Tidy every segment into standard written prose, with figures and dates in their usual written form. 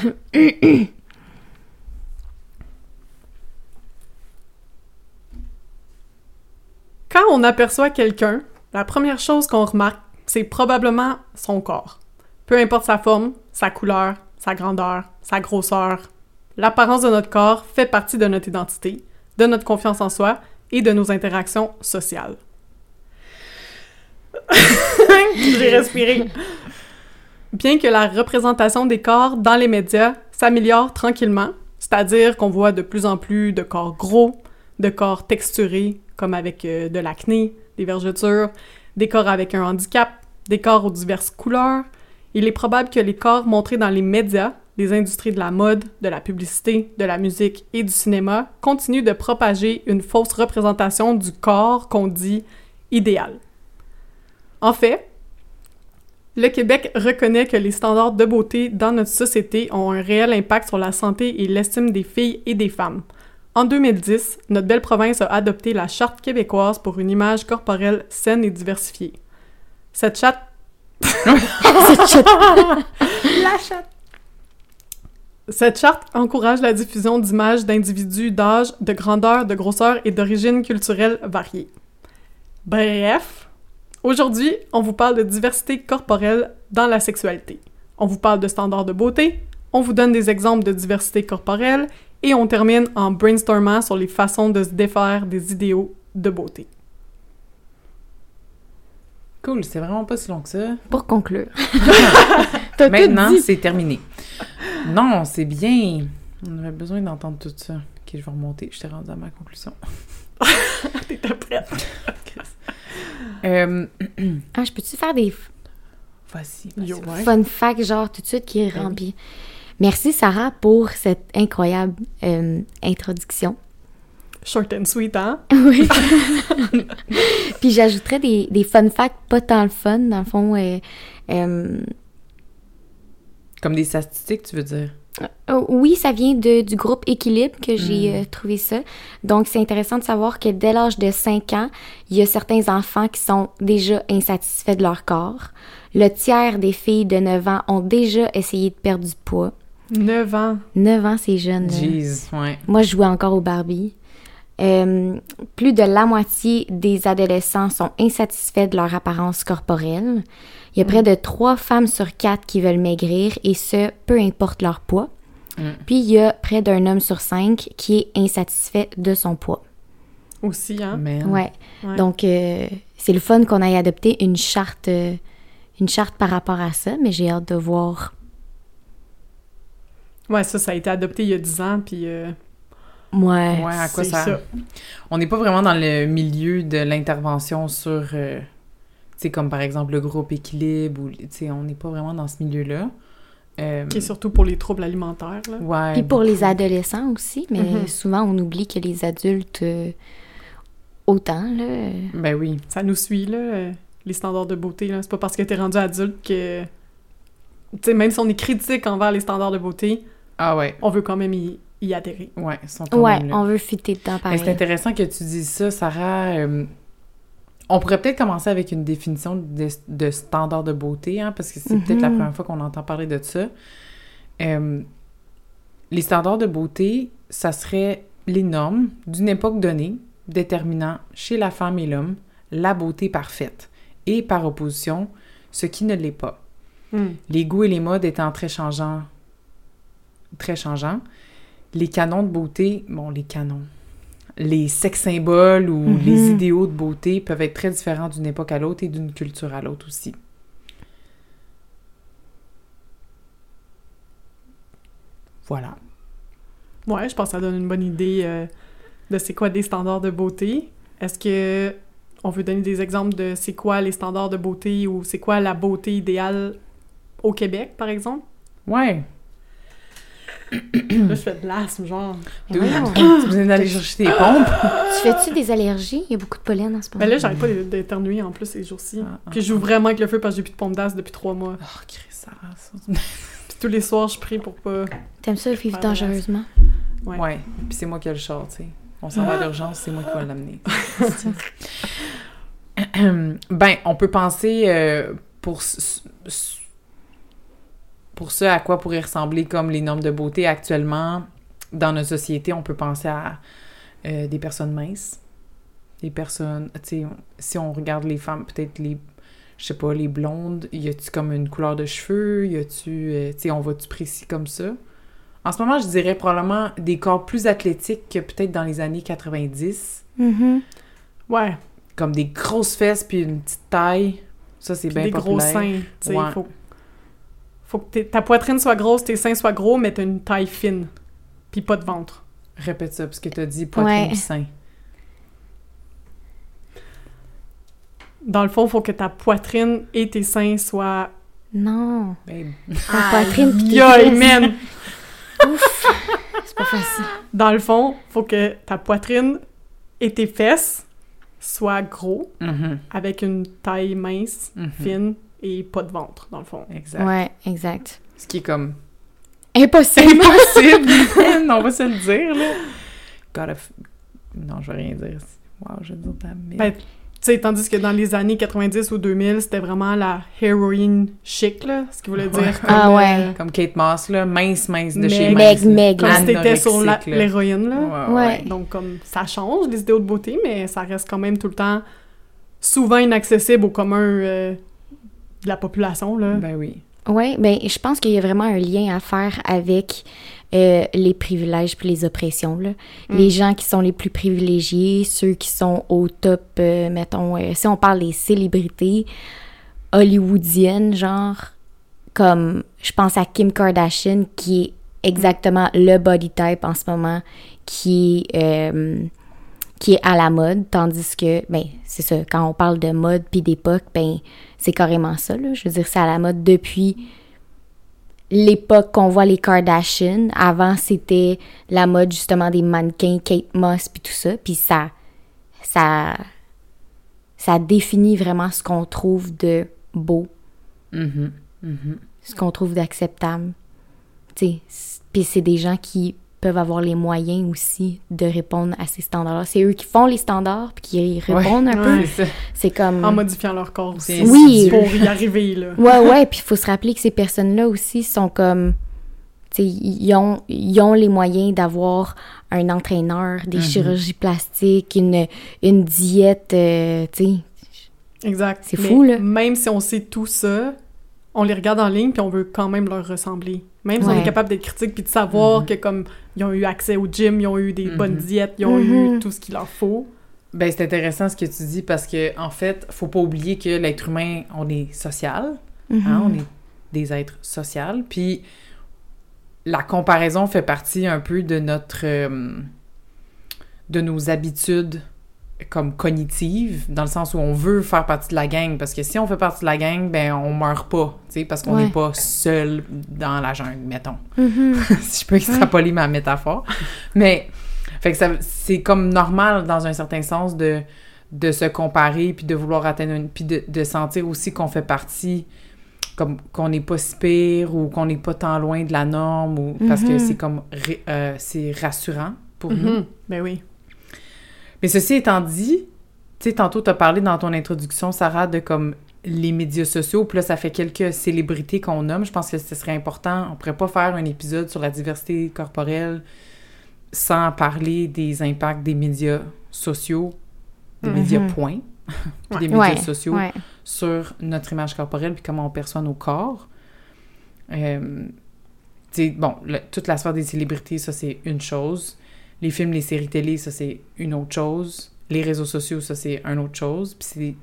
Quand on aperçoit quelqu'un, la première chose qu'on remarque, c'est probablement son corps. Peu importe sa forme, sa couleur, sa grandeur, sa grosseur, l'apparence de notre corps fait partie de notre identité, de notre confiance en soi et de nos interactions sociales. J'ai respiré. Bien que la représentation des corps dans les médias s'améliore tranquillement, c'est-à-dire qu'on voit de plus en plus de corps gros, de corps texturés, comme avec de l'acné, des vergetures, des corps avec un handicap, des corps aux diverses couleurs, il est probable que les corps montrés dans les médias, les industries de la mode, de la publicité, de la musique et du cinéma continuent de propager une fausse représentation du corps qu'on dit idéal. En fait, le Québec reconnaît que les standards de beauté dans notre société ont un réel impact sur la santé et l'estime des filles et des femmes. En 2010, notre belle province a adopté la Charte québécoise pour une image corporelle saine et diversifiée. Cette charte... La charte! Cette charte encourage la diffusion d'images d'individus d'âge, de grandeur, de grosseur et d'origine culturelle variées. Bref, aujourd'hui, on vous parle de diversité corporelle dans la sexualité. On vous parle de standards de beauté, on vous donne des exemples de diversité corporelle et on termine en brainstormant sur les façons de se défaire des idéaux de beauté. Cool, c'est vraiment pas si long que ça. Pour conclure. Maintenant, c'est terminé. Non, c'est bien. On avait besoin d'entendre tout ça. Ok, je vais remonter. Je t'ai rendue à ma conclusion. T'étais prête? Je peux-tu faire des Vas-y. fun facts, genre, tout de suite, qui remplit? Merci, Sarah, pour cette incroyable introduction. Short and sweet, hein? Oui. Puis j'ajouterais des fun facts pas tant le fun, dans le fond. Comme des statistiques, tu veux dire? Oui, ça vient du groupe Équilibre que j'ai trouvé ça. Donc, c'est intéressant de savoir que dès l'âge de 5 ans, il y a certains enfants qui sont déjà insatisfaits de leur corps. Le tiers des filles de 9 ans ont déjà essayé de perdre du poids. 9 ans. 9 ans, c'est jeune. Jeez, ouais. Moi, je jouais encore au Barbie. Plus de la moitié des adolescents sont insatisfaits de leur apparence corporelle. Il y a près de 3 femmes sur 4 qui veulent maigrir, et ce, peu importe leur poids. Puis, il y a près d'un homme sur 5 qui est insatisfait de son poids. Aussi, hein? Ouais. Donc, c'est le fun qu'on ait adopté une charte par rapport à ça, mais j'ai hâte de voir. Ouais, ça a été adopté il y a 10 ans, puis... Ouais, à quoi ça... On n'est pas vraiment dans le milieu de l'intervention sur, tu sais, comme par exemple le groupe Équilibre, ou, tu sais, on n'est pas vraiment dans ce milieu-là. Qui est surtout pour les troubles alimentaires, là. Ouais. Puis pour les adolescents aussi, mais souvent on oublie que les adultes, autant, là... Ben oui. Ça nous suit, là, les standards de beauté, là. C'est pas parce que t'es rendu adulte que... Tu sais, même si on est critique envers les standards de beauté, on veut quand même y adhérer. Ouais, ils sont quand même là. On veut fitter dedans pareil. Mais c'est intéressant que tu dises ça, Sarah. On pourrait peut-être commencer avec une définition de standard de beauté, hein, parce que c'est peut-être la première fois qu'on entend parler de ça. Les standards de beauté, ça serait les normes d'une époque donnée, déterminant chez la femme et l'homme la beauté parfaite, et par opposition, ce qui ne l'est pas. Les goûts et les modes étant très changeants, les canons de beauté, les sex symboles ou les idéaux de beauté peuvent être très différents d'une époque à l'autre et d'une culture à l'autre aussi. Voilà. Ouais, je pense que ça donne une bonne idée de c'est quoi des standards de beauté. Est-ce que on veut donner des exemples de c'est quoi les standards de beauté ou c'est quoi la beauté idéale au Québec, par exemple? Ouais. Là, je fais de l'asthme, genre. Tu viens d'aller chercher tes pompes? Tu fais-tu des allergies? Il y a beaucoup de pollen en ce moment. Ben là, j'arrête pas d'éternuer en plus ces jours-ci. Puis je joue vraiment avec le feu parce que j'ai plus de pompe d'asthme depuis 3 mois. Oh, Chris, ça rase. Puis tous les soirs, je prie pour pas... T'aimes ça vivre dangereusement? Ouais. Puis c'est moi qui ai le char, tu sais. On s'en va à l'urgence, c'est moi qui vais l'amener. Ben, on peut penser pour ça, à quoi pourraient ressembler comme les normes de beauté actuellement dans notre société, on peut penser à des personnes minces, des personnes, tu sais, si on regarde les femmes, peut-être je sais pas, les blondes, y a-tu comme une couleur de cheveux, y a-tu, tu sais, on va-tu précis comme ça? En ce moment, je dirais probablement des corps plus athlétiques que peut-être dans les années 90. Mm-hmm. Ouais. Comme des grosses fesses puis une petite taille. Ça, c'est bien populaire. Des gros seins, tu sais, Ouais. faut que ta poitrine soit grosse, tes seins soient gros, mais t'as une taille fine, puis pas de ventre. Répète ça, parce que t'as dit poitrine puis sein. Dans le fond, faut que ta poitrine et tes seins soient... Non. Babe. Ta poitrine pis tes Yoï, fesses. man! Ouf! C'est pas facile. Dans le fond, faut que ta poitrine et tes fesses soient gros, Mhm. avec une taille mince, Mhm. fine, et pas de ventre, dans le fond. Exact. Ouais, exact. Ce qui est comme Impossible! impossible! On va se le dire, là. Non, je vais rien dire. Wow, je vais dire de la merde. Ben, tu sais, tandis que dans les années 90 ou 2000, c'était vraiment la héroïne chic, là, ce qui voulait dire Ouais. comme, Ah ouais. Comme Kate Moss, là, mince de Mais- chez Meg, mince. là. Meg, comme là. si t'étais sur Anorexique, là. l'héroïne, là. Ouais. Donc, comme, ça change, les idéaux de beauté, mais ça reste quand même tout le temps souvent inaccessible au commun de la population, là. Ben oui. Oui, ben je pense qu'il y a vraiment un lien à faire avec les privilèges puis les oppressions, là. Les gens qui sont les plus privilégiés, ceux qui sont au top, mettons, si on parle des célébrités hollywoodiennes, genre, comme, je pense à Kim Kardashian, qui est exactement le body type en ce moment, qui est à la mode, tandis que, ben, c'est ça, quand on parle de mode puis d'époque, ben, c'est carrément ça, là. Je veux dire, c'est à la mode depuis l'époque qu'on voit les Kardashian. Avant, c'était la mode, justement, des mannequins, Kate Moss puis tout ça. Puis ça définit vraiment ce qu'on trouve de beau, Mhm. Mhm. ce qu'on trouve d'acceptable. Tu sais, puis c'est des gens qui peuvent avoir les moyens aussi de répondre à ces standards-là. C'est eux qui font les standards puis qui répondent un peu. Ouais. C'est ça. C'est comme... En modifiant leur corps aussi. Oui. Pour y arriver, là. Ouais, puis il faut se rappeler que ces personnes-là aussi sont comme... Tu sais, ils ont les moyens d'avoir un entraîneur, des chirurgies plastiques, une diète, tu sais... Exact. C'est Mais fou, là. Même si on sait tout ça, on les regarde en ligne puis on veut quand même leur ressembler. Même si on Ouais. est capable d'être critique puis de savoir que comme ils ont eu accès au gym, ils ont eu des bonnes diètes, ils ont eu tout ce qu'il leur faut. Ben, c'est intéressant ce que tu dis parce que, en fait, faut pas oublier que l'être humain, on est social. Hein, on est des êtres sociaux. Puis, la comparaison fait partie un peu de de nos habitudes comme cognitives, dans le sens où on veut faire partie de la gang. Parce que si on fait partie de la gang, ben, on meurt pas, tu sais, parce qu'on n'est Ouais. pas seul dans la jungle, mettons. Mhm. Si je peux extrapoler ma métaphore. Mais, fait que c'est comme normal, dans un certain sens, de se comparer, puis de vouloir atteindre puis de sentir aussi qu'on fait partie, comme qu'on n'est pas si pire, ou qu'on n'est pas tant loin de la norme, ou parce que c'est comme, c'est rassurant pour nous. Mhm. Ben oui. Mais ceci étant dit, tu sais, tantôt, tu as parlé dans ton introduction, Sarah, de comme les médias sociaux, puis là, ça fait quelques célébrités qu'on nomme. Je pense que ce serait important. On pourrait pas faire un épisode sur la diversité corporelle sans parler des impacts des médias sociaux, des médias points, puis des médias Ouais, sociaux ouais. sur notre image corporelle, puis comment on perçoit nos corps. Tu sais, bon, toute la sphère des célébrités, ça, c'est une chose. Les films, les séries télé, ça, c'est une autre chose. Les réseaux sociaux, ça, c'est une autre chose. Puis c'est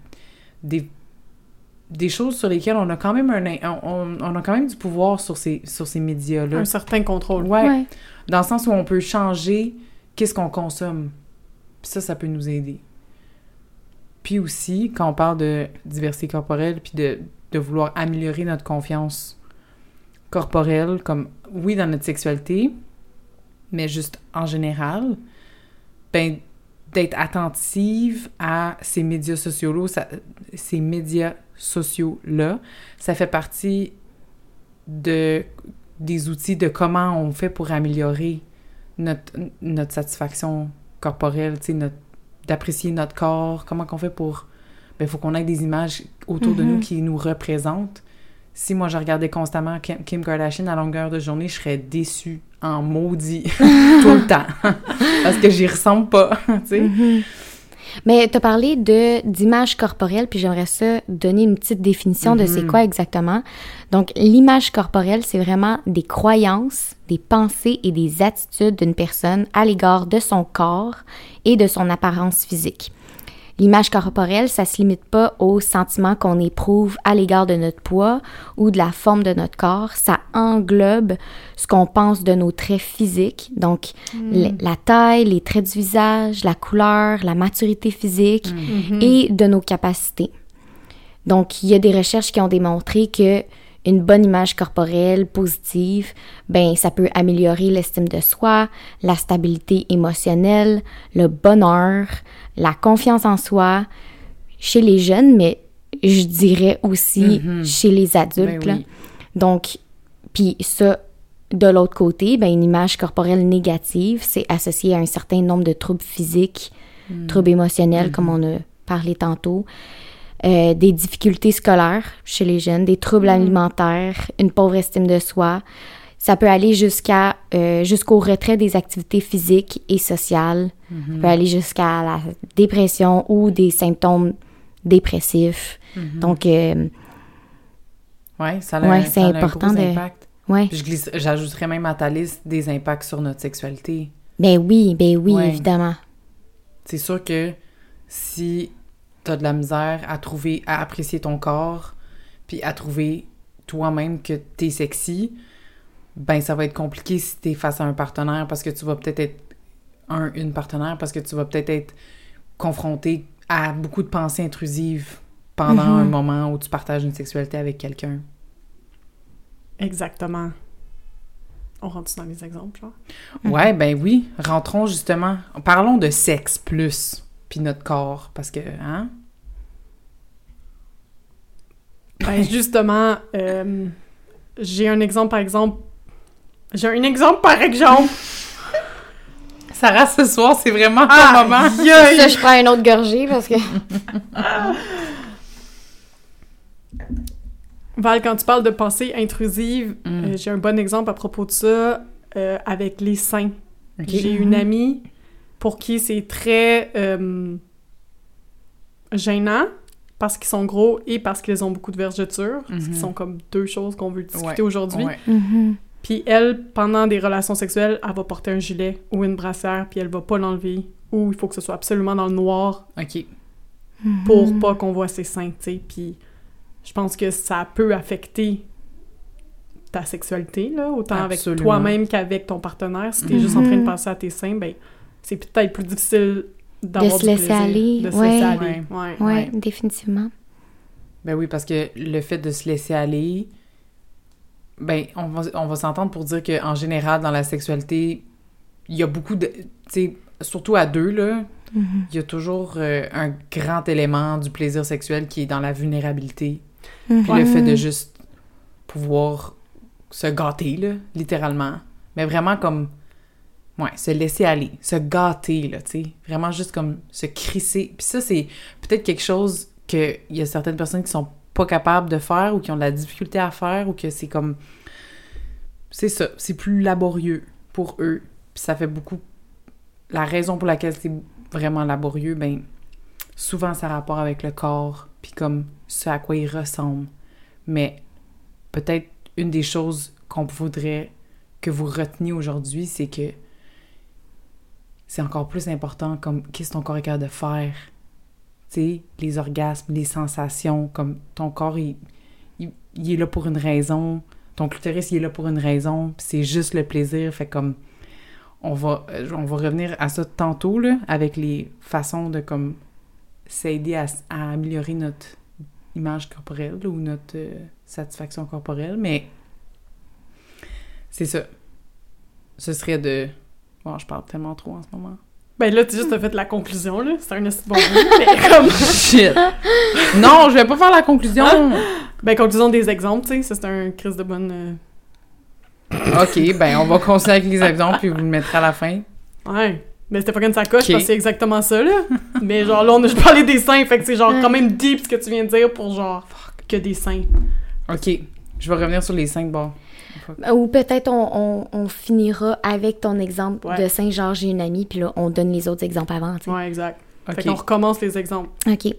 des choses sur lesquelles on a quand même on a quand même du pouvoir sur ces médias-là. Un certain contrôle. Ouais. Dans le sens où on peut changer qu'est-ce qu'on consomme. Puis ça peut nous aider. Puis aussi, quand on parle de diversité corporelle, puis de vouloir améliorer notre confiance corporelle, comme, oui, dans notre sexualité, mais juste en général, ben, d'être attentive à ces médias sociaux-là, ça fait partie des outils de comment on fait pour améliorer notre satisfaction corporelle, tu sais, d'apprécier notre corps, comment qu'on fait pour... Ben, il faut qu'on ait des images autour de nous qui nous représentent, si moi je regardais constamment Kim Kardashian à longueur de journée, je serais déçue en maudit tout le temps. Parce que j'y ressemble pas, tu sais. Mm-hmm. Mais t'as parlé d'image corporelle, puis j'aimerais ça donner une petite définition de c'est quoi exactement. Donc, l'image corporelle, c'est vraiment des croyances, des pensées et des attitudes d'une personne à l'égard de son corps et de son apparence physique. L'image corporelle, ça se limite pas aux sentiments qu'on éprouve à l'égard de notre poids ou de la forme de notre corps. Ça englobe ce qu'on pense de nos traits physiques, donc la taille, les traits du visage, la couleur, la maturité physique et de nos capacités. Donc, il y a des recherches qui ont démontré que une bonne image corporelle positive, ben ça peut améliorer l'estime de soi, la stabilité émotionnelle, le bonheur, la confiance en soi chez les jeunes, mais je dirais aussi chez les adultes. Ben oui. Donc, puis ça, de l'autre côté, ben une image corporelle négative, c'est associé à un certain nombre de troubles physiques, troubles émotionnels, comme on a parlé tantôt, des difficultés scolaires chez les jeunes, des troubles alimentaires, une pauvre estime de soi. Ça peut aller jusqu'au retrait des activités physiques et sociales. Ça peut aller jusqu'à la dépression ou des symptômes dépressifs. Donc, ouais, ça a, ouais, ça c'est a important un gros de... impact. Ouais. Puis j'ajouterais même à ta liste des impacts sur notre sexualité. Ben oui, Ouais. évidemment. C'est sûr que si t'as de la misère à apprécier ton corps, puis à trouver toi-même que t'es sexy, ben ça va être compliqué si t'es face à un partenaire parce que tu vas peut-être être une partenaire parce que tu vas peut-être être confronté à beaucoup de pensées intrusives pendant un moment où tu partages une sexualité avec quelqu'un. Exactement. On rentre dans les exemples, genre? Ouais, ben oui. Rentrons justement. Parlons de sexe plus, puis notre corps, parce que, hein? Ben justement, j'ai un exemple par exemple. Sarah, ce soir, c'est vraiment ton moment. Ça, je prends une autre gorgée parce que... Val, quand tu parles de pensée intrusive, j'ai un bon exemple à propos de ça avec les seins. Okay. J'ai une amie pour qui c'est très gênant parce qu'ils sont gros et parce qu'ils ont beaucoup de vergetures, ce qui sont comme deux choses qu'on veut discuter aujourd'hui. Ouais. Puis elle, pendant des relations sexuelles, elle va porter un gilet ou une brassière, puis elle va pas l'enlever, ou il faut que ce soit absolument dans le noir OK. pour pas qu'on voit ses seins, tu sais. Puis je pense que ça peut affecter ta sexualité, là, autant Absolument. avec toi-même qu'avec ton partenaire. Si t'es juste en train de penser à tes seins, ben c'est peut-être plus difficile d'avoir se laisser aller, de se ouais. laisser aller. Ouais. Ouais, définitivement. Ben oui, parce que le fait de se laisser aller, ben on va s'entendre pour dire qu'en général, dans la sexualité, il y a beaucoup de... Tu sais, surtout à deux, là, il y a toujours un grand élément du plaisir sexuel qui est dans la vulnérabilité. Puis le fait de juste pouvoir se gâter, là, littéralement. Mais vraiment comme... Ouais, se laisser aller, se gâter, là, tu sais. Vraiment juste comme se crisser. Puis ça, c'est peut-être quelque chose qu'il y a certaines personnes qui sont pas capables de faire ou qui ont de la difficulté à faire ou que c'est comme... C'est ça, c'est plus laborieux pour eux. Puis ça fait beaucoup... La raison pour laquelle c'est vraiment laborieux, ben souvent ça a rapport avec le corps puis comme ce à quoi il ressemble. Mais peut-être une des choses qu'on voudrait que vous reteniez aujourd'hui, c'est que c'est encore plus important comme qu'est-ce que ton corps est capable de faire. Tu sais, les orgasmes, les sensations, comme ton corps, il est là pour une raison. Ton clitoris, il est là pour une raison. Puis c'est juste le plaisir. Fait comme... On va revenir à ça tantôt, là, avec les façons de, comme, s'aider à améliorer notre image corporelle là, ou notre satisfaction corporelle. Mais c'est ça. Ce serait de... Bon, je parle tellement trop en ce moment. Ben là, tu juste fait la conclusion, là. C'est un assez bon mot, mais comme... Shit! Non, je vais pas faire la conclusion! Ben, conclusion des exemples, tu sais, ça, c'est un crise de bonne... OK, ben on va continuer avec les exemples, puis vous le mettrez à la fin. Ouais. Mais c'était pas comme ça coche, Okay. parce que c'est exactement ça, là. Mais genre, là, on a juste parlé des seins, fait que c'est genre quand même deep ce que tu viens de dire pour genre... que des seins. OK. Je vais revenir sur les 5 bords. Ou peut-être on finira avec ton exemple Ouais. de Saint-Georges, j'ai une amie, puis là, on donne les autres exemples avant, tu sais. Ouais, exact. OK. Fait qu'on recommence les exemples. OK.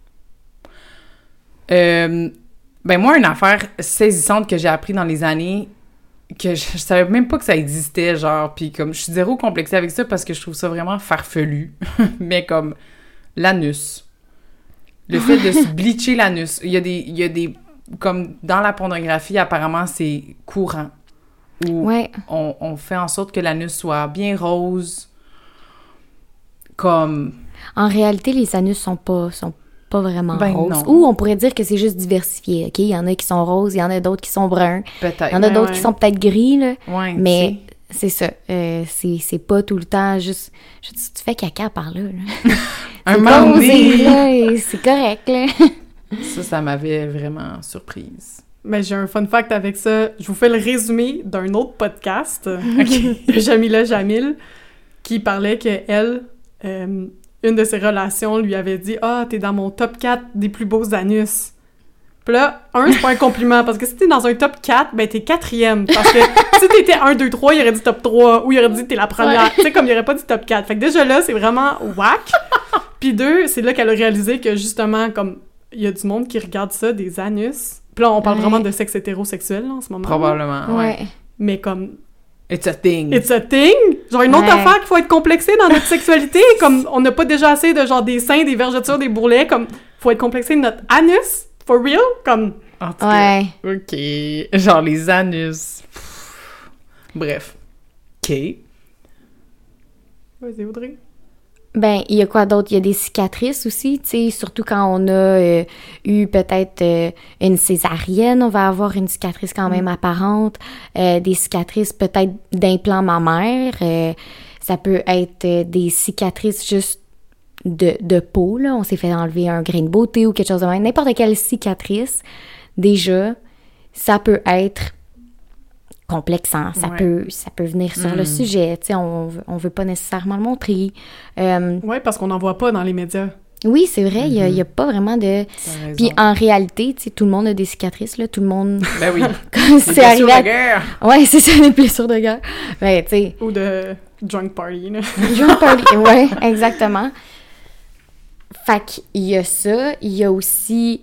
Ben moi, une affaire saisissante que j'ai appris dans les années, que je savais même pas que ça existait, genre, puis comme, je suis zéro complexée avec ça parce que je trouve ça vraiment farfelu, mais comme, l'anus. Le fait de se bleacher l'anus. Il y a des, comme, dans la pornographie, apparemment, c'est courant. Où Ouais. on fait en sorte que l'anus soit bien rose, comme... En réalité, les anus sont pas vraiment Ben roses. non. Ou on pourrait dire que c'est juste diversifié, OK? Il y en a qui sont roses, il y en a d'autres qui sont bruns, Peut-être. il y en a Ouais, d'autres ouais. qui sont peut-être gris, là. Ouais, Mais c'est ça. C'est pas tout le temps juste... Je dis, tu fais caca par là, là. un C'est moment posé, donné, là, et c'est correct, là. ça m'avait vraiment surprise. Mais j'ai un fun fact avec ça. Je vous fais le résumé d'un autre podcast de Jamila Jamil qui parlait que elle, une de ses relations lui avait dit « Ah, t'es dans mon top 4 des plus beaux anus. » Puis là, c'est pas un compliment, parce que si t'es dans un top 4, ben t'es 4e. Parce que si t'étais 1, 2, 3, il aurait dit top 3, ou il aurait dit t'es la première. Ouais. Tu sais, comme il aurait pas dit top 4. Fait que déjà là, c'est vraiment whack. Puis 2, c'est là qu'elle a réalisé que justement, comme, il y a du monde qui regarde ça, des anus. Puis là, on parle Ouais. vraiment de sexe hétérosexuel, là, en ce moment. Probablement, ouais. Ouais. Mais comme, It's a thing. it's a thing! Genre une autre Ouais. affaire qu'il faut être complexé dans notre sexualité, comme on n'a pas déjà assez de genre des seins, des vergetures, des bourrelets, comme faut être complexé de notre anus, for real, comme... En tout cas, Ouais. OK. Genre les anus. Pff. Bref. OK. Vas-y, Audrey. Ben, il y a quoi d'autre? Il y a des cicatrices aussi, tu sais, surtout quand on a eu peut-être une césarienne, on va avoir une cicatrice quand même apparente, des cicatrices peut-être d'implants mammaires, ça peut être des cicatrices juste de peau, là, on s'est fait enlever un grain de beauté ou quelque chose de même, n'importe quelle cicatrice, déjà, ça peut être complexant, Ouais. ça peut venir sur le sujet, tu sais, on veut pas nécessairement le montrer. Ouais, parce qu'on n'en voit pas dans les médias. Oui, c'est vrai, il y a pas vraiment de... T'as raison. Puis en réalité, tu sais, tout le monde a des cicatrices, là, tout le monde... Ben oui. Comme Les c'est blessures arrivé de à... guerre. Ouais, c'est ça, les blessures de guerre. Ben, tu sais, Ou de drunk party, là. ouais, exactement. Fait qu'il y a ça, il y a aussi...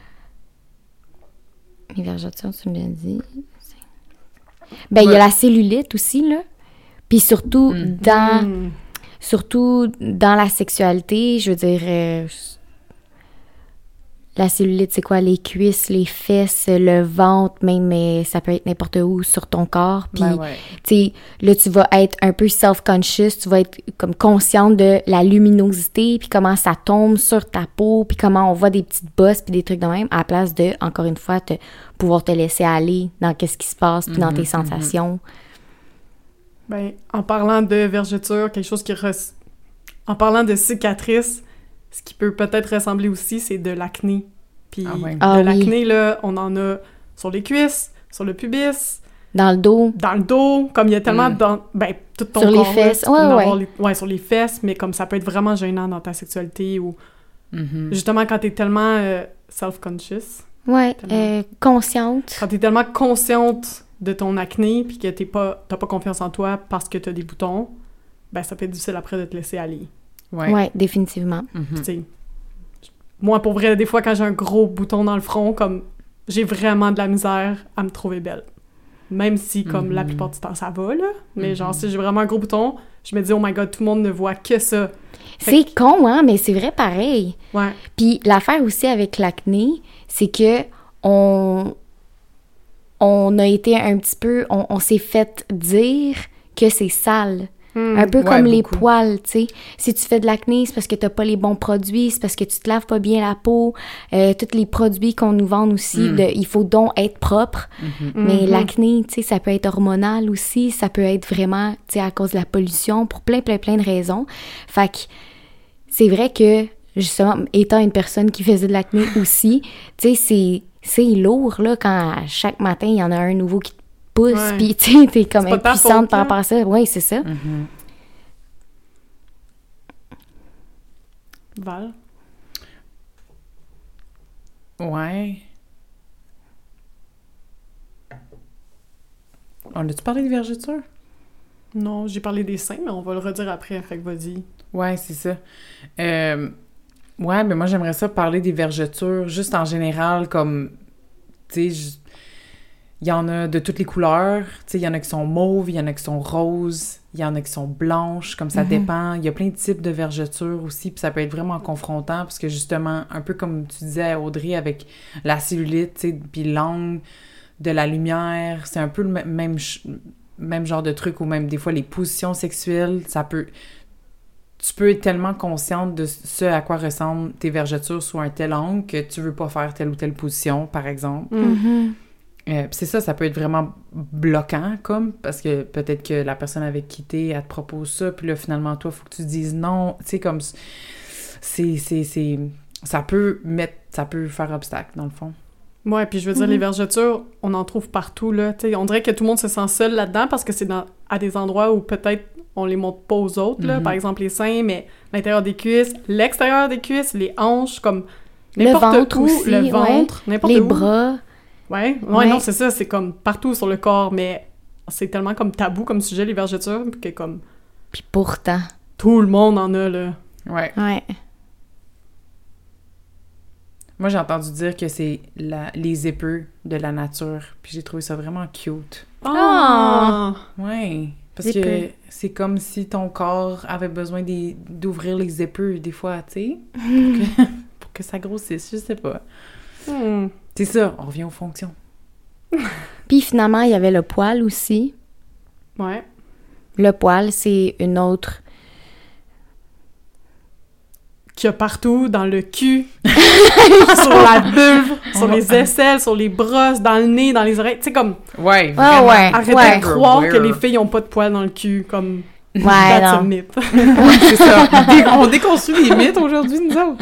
Les vergetures, tu me l'as dit. Ben, il y a la cellulite aussi, là. Puis surtout, surtout dans la sexualité, je veux dire, la cellulite, c'est quoi? Les cuisses, les fesses, le ventre, même, ça peut être n'importe où sur ton corps. Puis, Ben ouais. tu sais, là, tu vas être un peu self-conscious, tu vas être comme consciente de la luminosité, puis comment ça tombe sur ta peau, puis comment on voit des petites bosses, puis des trucs de même, à la place de, encore une fois, pouvoir te laisser aller dans qu'est-ce qui se passe, puis dans tes sensations. Ben, en parlant de vergeture, quelque chose qui... En parlant de cicatrices, ce qui peut peut-être ressembler aussi, c'est de l'acné. Puis Ah ouais. Ah de oui. l'acné, là, on en a sur les cuisses, sur le pubis, Dans le dos. dans le dos, comme il y a tellement dans... Ben, tout ton Sur les corps, là, fesses, tu peux ouais, en ouais. avoir ouais, sur les fesses, mais comme ça peut être vraiment gênant dans ta sexualité ou... Mhm. Justement, quand t'es tellement self-conscious, Ouais, Tellement. consciente. quand t'es tellement consciente de ton acné puis que t'as pas confiance en toi parce que t'as des boutons, ben ça peut être difficile après de te laisser aller. Ouais. Ouais, définitivement. Mhm. Puis, tu sais, moi, pour vrai, des fois, quand j'ai un gros bouton dans le front, comme, j'ai vraiment de la misère à me trouver belle. Même si, comme, la plupart du temps, ça va, là. Mais genre, si j'ai vraiment un gros bouton, je me dis, oh my God, tout le monde ne voit que ça. Fait C'est con, hein, mais c'est vrai pareil. Ouais. Puis l'affaire aussi avec l'acné, c'est que on a été un petit peu... On s'est fait dire que c'est sale. Un peu Ouais, comme les beaucoup. poils, tu sais. Si tu fais de l'acné, c'est parce que t'as pas les bons produits, c'est parce que tu te laves pas bien la peau. Tous les produits qu'on nous vend aussi, il faut donc être propre. Mais l'acné, tu sais, ça peut être hormonal aussi, ça peut être vraiment, tu sais, à cause de la pollution, pour plein de raisons. Fait que c'est vrai que, justement, étant une personne qui faisait de l'acné aussi, tu sais, c'est lourd, là, quand à chaque matin, il y en a un nouveau qui te pousse, Ouais. puis tu sais, t'es comme C'est pas ta impuissante faute, par là. rapport à ça. Oui, c'est ça. Val? Ouais. On a-tu parlé des vergetures? Non, j'ai parlé des seins, mais on va le redire après, fait que vas-y. Ouais, c'est ça. Ouais, mais moi, j'aimerais ça parler des vergetures, juste en général, comme, tu sais, il y en a de toutes les couleurs, tu sais, il y en a qui sont mauves, il y en a qui sont roses, il y en a qui sont blanches, comme ça dépend. Il y a plein de types de vergetures aussi, puis ça peut être vraiment confrontant, parce que justement, un peu comme tu disais, Audrey, avec la cellulite, tu sais, puis l'angle de la lumière, c'est un peu le même genre de truc, ou même des fois les positions sexuelles, ça peut... Tu peux être tellement consciente de ce à quoi ressemblent tes vergetures sous un tel angle que tu veux pas faire telle ou telle position, par exemple. Puis c'est ça peut être vraiment bloquant, comme, parce que peut-être que la personne avec qui t'es, elle te propose ça, puis là, finalement, toi, il faut que tu dises non. Tu sais, comme, ça peut faire obstacle, dans le fond. Ouais, puis je veux dire, les vergetures, on en trouve partout, là. Tu sais, on dirait que tout le monde se sent seul là-dedans parce que c'est à des endroits où peut-être on les montre pas aux autres, là. Par exemple, les seins, mais l'intérieur des cuisses, l'extérieur des cuisses, les hanches, comme n'importe le ventre où, aussi, le ventre, n'importe les où. bras. Ouais, non, c'est ça, c'est comme partout sur le corps, mais c'est tellement comme tabou comme sujet, les vergetures, que comme... Puis pourtant. Tout le monde en a, là. Ouais. Moi, j'ai entendu dire que c'est les épeux de la nature, puis j'ai trouvé ça vraiment cute. Ah! Ouais, parce que c'est comme si ton corps avait besoin d'ouvrir les épeux, des fois, tu sais, pour que ça grossisse, je sais pas. C'est ça, on revient aux fonctions. Puis finalement, il y avait le poil aussi. Ouais. Le poil, c'est une autre... Qu'il y a partout, dans le cul, sur la vulve, sur les aisselles, sur les brosses, dans le nez, dans les oreilles. Tu sais, comme... Ouais, vraiment. Arrêtez de croire que les filles ont pas de poils dans le cul, comme... that's a myth. Ouais, c'est ça. On déconstruit les mythes aujourd'hui, nous autres.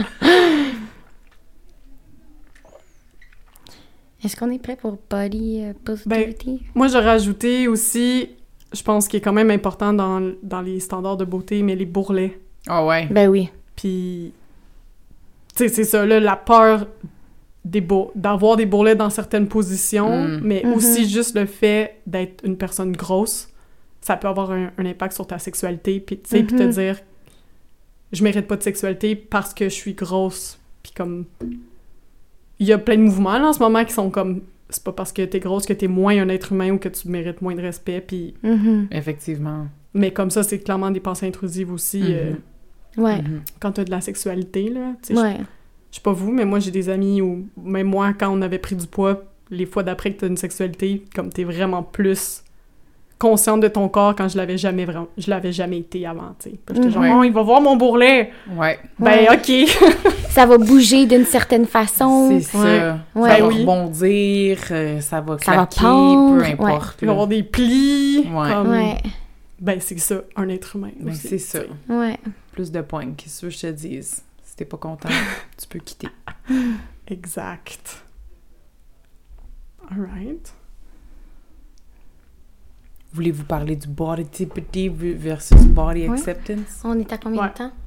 Est-ce qu'on est prêt pour body positivity? Moi, j'aurais ajouté aussi, je pense qu'il est quand même important dans les standards de beauté, mais les bourrelets. Ah ouais. Ben oui. Puis, tu sais, c'est ça, là, la peur d'avoir des bourrelets dans certaines positions, mais aussi juste le fait d'être une personne grosse, ça peut avoir un impact sur ta sexualité, puis tu sais, puis te dire, je mérite pas de sexualité parce que je suis grosse, puis comme... Il y a plein de mouvements, là, en ce moment, qui sont comme... C'est pas parce que t'es grosse que t'es moins un être humain ou que tu mérites moins de respect, puis... Effectivement. Mais comme ça, c'est clairement des pensées intrusives aussi, Ouais. quand t'as de la sexualité, là. Tu sais, Ouais. je sais pas vous, mais moi, j'ai des amis où... Même moi, quand on avait pris du poids, les fois d'après que t'as une sexualité, comme t'es vraiment plus consciente de ton corps quand je l'avais jamais été avant, tu sais. J'étais genre, oh, il va voir mon bourrelet! Ouais. Ben, OK! Ça va bouger d'une certaine façon. C'est ça. Ouais. Ça va oui. rebondir, ça va Ça va claquer, pendre, peu importe. Il va y avoir des plis, Ouais. comme... Ouais. Ben, c'est ça, un être humain Ben, aussi, c'est ça. tu sais. Ouais. Plus de points. Qu'est-ce que je te dise? Si t'es pas content, tu peux quitter. Exact. Alright. Voulez-vous parler du body positivity versus body acceptance? On est à combien Ouais. de temps?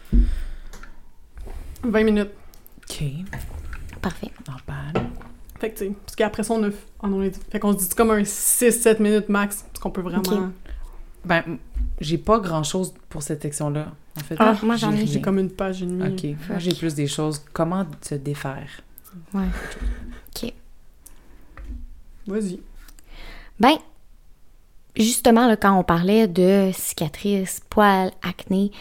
20 minutes. OK. Parfait. Not bad. Fait que, tu sais, parce qu'après ça, fait qu'on se dit comme un 6-7 minutes max, parce qu'on peut vraiment... Ok. Ben, j'ai pas grand-chose pour cette section-là, en fait. Ah, moi, j'en ai. J'ai comme une page et demie. OK. Moi, j'ai plus des choses. Comment se défaire? Ouais. OK. Vas-y. Ben, justement, là, quand on parlait de cicatrices, poils, acné,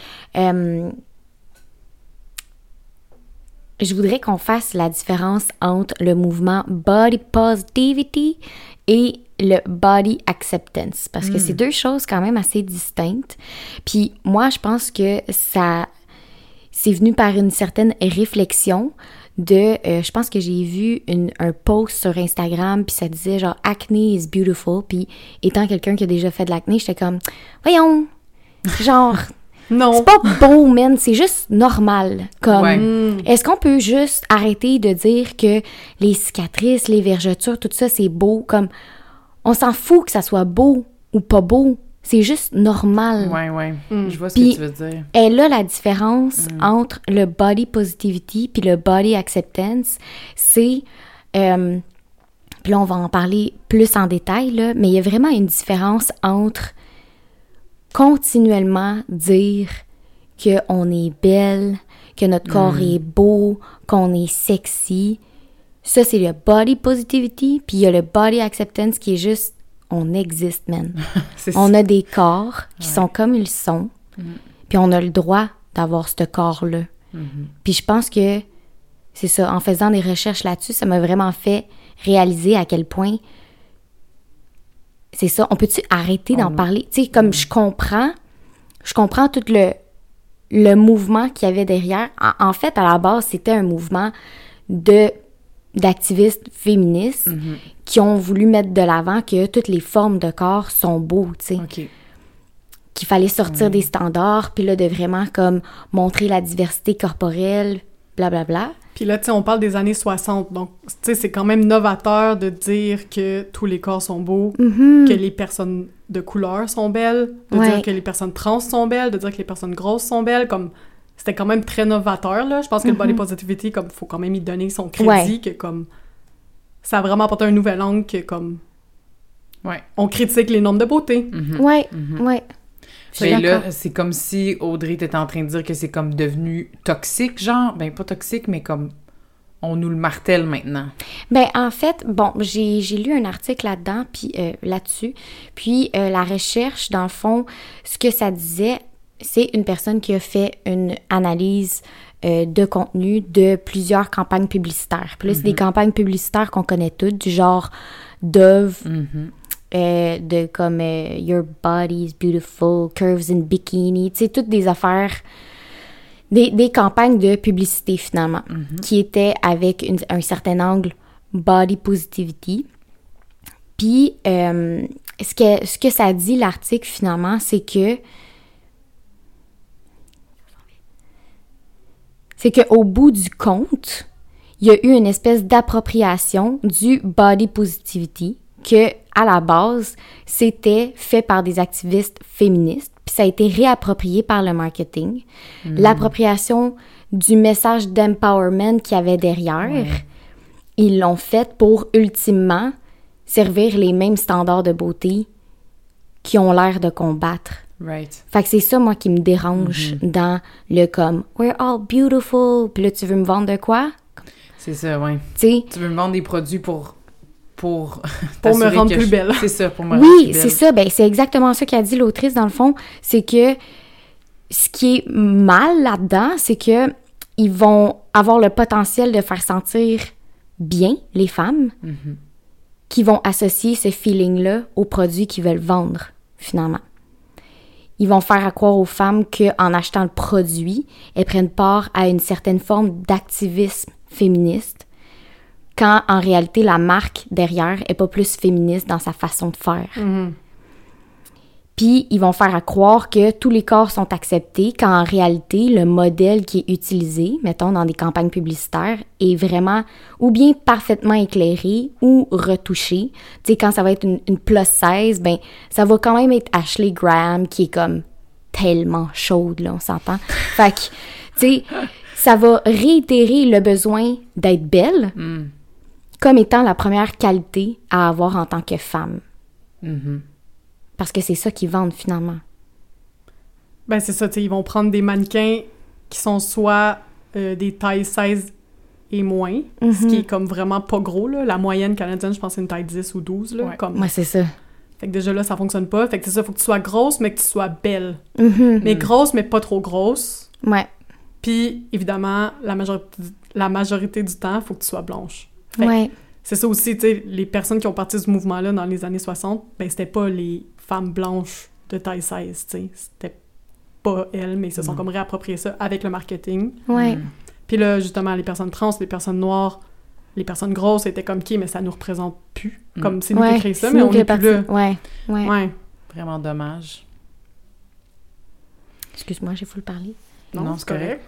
je voudrais qu'on fasse la différence entre le mouvement body positivity et le body acceptance, parce que c'est deux choses quand même assez distinctes. Puis moi, je pense que c'est venu par une certaine réflexion de... je pense que j'ai vu un post sur Instagram, puis ça disait genre « Acne is beautiful », puis étant quelqu'un qui a déjà fait de l'acné, j'étais comme « Voyons! » Genre... Non! C'est pas beau, man, c'est juste normal. Comme, Ouais. est-ce qu'on peut juste arrêter de dire que les cicatrices, les vergetures, tout ça, c'est beau? Comme, on s'en fout que ça soit beau ou pas beau. C'est juste normal. Ouais. Je vois ce Puis, que tu veux dire. Et là, la différence entre le body positivity puis le body acceptance, c'est... puis puis là, on va en parler plus en détail, là, mais il y a vraiment une différence entre continuellement dire qu'on est belle, que notre corps est beau, qu'on est sexy. Ça, c'est le body positivity, puis il y a le body acceptance qui est juste, on existe, man. On a des corps qui sont comme ils sont, puis on a le droit d'avoir ce corps-là. Puis je pense que, c'est ça, en faisant des recherches là-dessus, ça m'a vraiment fait réaliser à quel point, c'est ça, on peut-tu arrêter d'en parler? Tu sais, comme je comprends tout le mouvement qu'il y avait derrière. En fait, à la base, c'était un mouvement d'activistes féministes qui ont voulu mettre de l'avant que toutes les formes de corps sont beaux, tu sais. OK. Qu'il fallait sortir des standards, puis là, de vraiment comme montrer la diversité corporelle, blablabla. Puis là, tu sais, on parle des années 60, donc, tu sais, c'est quand même novateur de dire que tous les corps sont beaux, que les personnes de couleur sont belles, de dire que les personnes trans sont belles, de dire que les personnes grosses sont belles, comme... C'était quand même très novateur, là. Je pense que le body positivity, comme, faut quand même y donner son crédit, que, comme... Ça a vraiment apporté un nouvel angle que, comme... On critique les normes de beauté. Ouais. Et là, c'est comme si Audrey était en train de dire que c'est comme devenu toxique, genre, ben pas toxique, mais comme on nous le martèle maintenant. Ben en fait, bon, j'ai lu un article là-dedans, puis là-dessus, puis la recherche, dans le fond, ce que ça disait, c'est une personne qui a fait une analyse de contenu de plusieurs campagnes publicitaires. Puis là, c'est des campagnes publicitaires qu'on connaît toutes, du genre Dove, de comme Your body is beautiful, curves in bikini, tu sais, toutes des affaires, des campagnes de publicité finalement, qui étaient avec un certain angle body positivity. Puis, ce que ça dit, l'article finalement, c'est qu'au bout du compte, il y a eu une espèce d'appropriation du body positivity, que à la base, c'était fait par des activistes féministes, puis ça a été réapproprié par le marketing. L'appropriation du message d'empowerment qu'il y avait derrière, ils l'ont fait pour, ultimement, servir les mêmes standards de beauté qui ont l'air de combattre. Fait que c'est ça, moi, qui me dérange dans le comme « We're all beautiful », puis là, tu veux me vendre de quoi? C'est ça, ouais. T'sais, tu veux me vendre des produits pour me rendre plus belle. C'est ça, pour me rendre plus belle. Oui, c'est ça. Ben, c'est exactement ça qu'a dit l'autrice, dans le fond. C'est que ce qui est mal là-dedans, c'est que ils vont avoir le potentiel de faire sentir bien les femmes qui vont associer ce feeling-là aux produits qu'ils veulent vendre, finalement. Ils vont faire croire aux femmes qu'en achetant le produit, elles prennent part à une certaine forme d'activisme féministe, quand en réalité la marque derrière est pas plus féministe dans sa façon de faire. Puis ils vont faire croire que tous les corps sont acceptés, quand en réalité le modèle qui est utilisé, mettons dans des campagnes publicitaires, est vraiment ou bien parfaitement éclairé ou retouché. Tu sais, quand ça va être une plus 16, ben ça va quand même être Ashley Graham qui est comme tellement chaude, là, on s'entend. Fait que, tu sais, ça va réitérer le besoin d'être belle comme étant la première qualité à avoir en tant que femme. Parce que c'est ça qu'ils vendent, finalement. Ben, c'est ça, tu sais, ils vont prendre des mannequins qui sont soit des tailles 16 et moins, ce qui est comme vraiment pas gros, là. La moyenne canadienne, je pense, c'est une taille 10 ou 12, là. Ouais, c'est ça. Fait que déjà, là, ça fonctionne pas. Fait que c'est ça, faut que tu sois grosse, mais que tu sois belle. Mais grosse, mais pas trop grosse. Ouais. Puis, évidemment, la majorité du temps, faut que tu sois blanche. Fait c'est ça aussi, tu sais, les personnes qui ont parti du mouvement-là dans les années 60, ben c'était pas les femmes blanches de taille 16, tu sais. C'était pas elles, mais ils se sont comme réappropriés ça avec le marketing. Puis là, justement, les personnes trans, les personnes noires, les personnes grosses étaient comme qui, mais ça nous représente plus. Comme c'est nous qui créons ça, mais on est plus là. Ouais. Vraiment dommage. Excuse-moi, j'ai full parler. Non, c'est correct.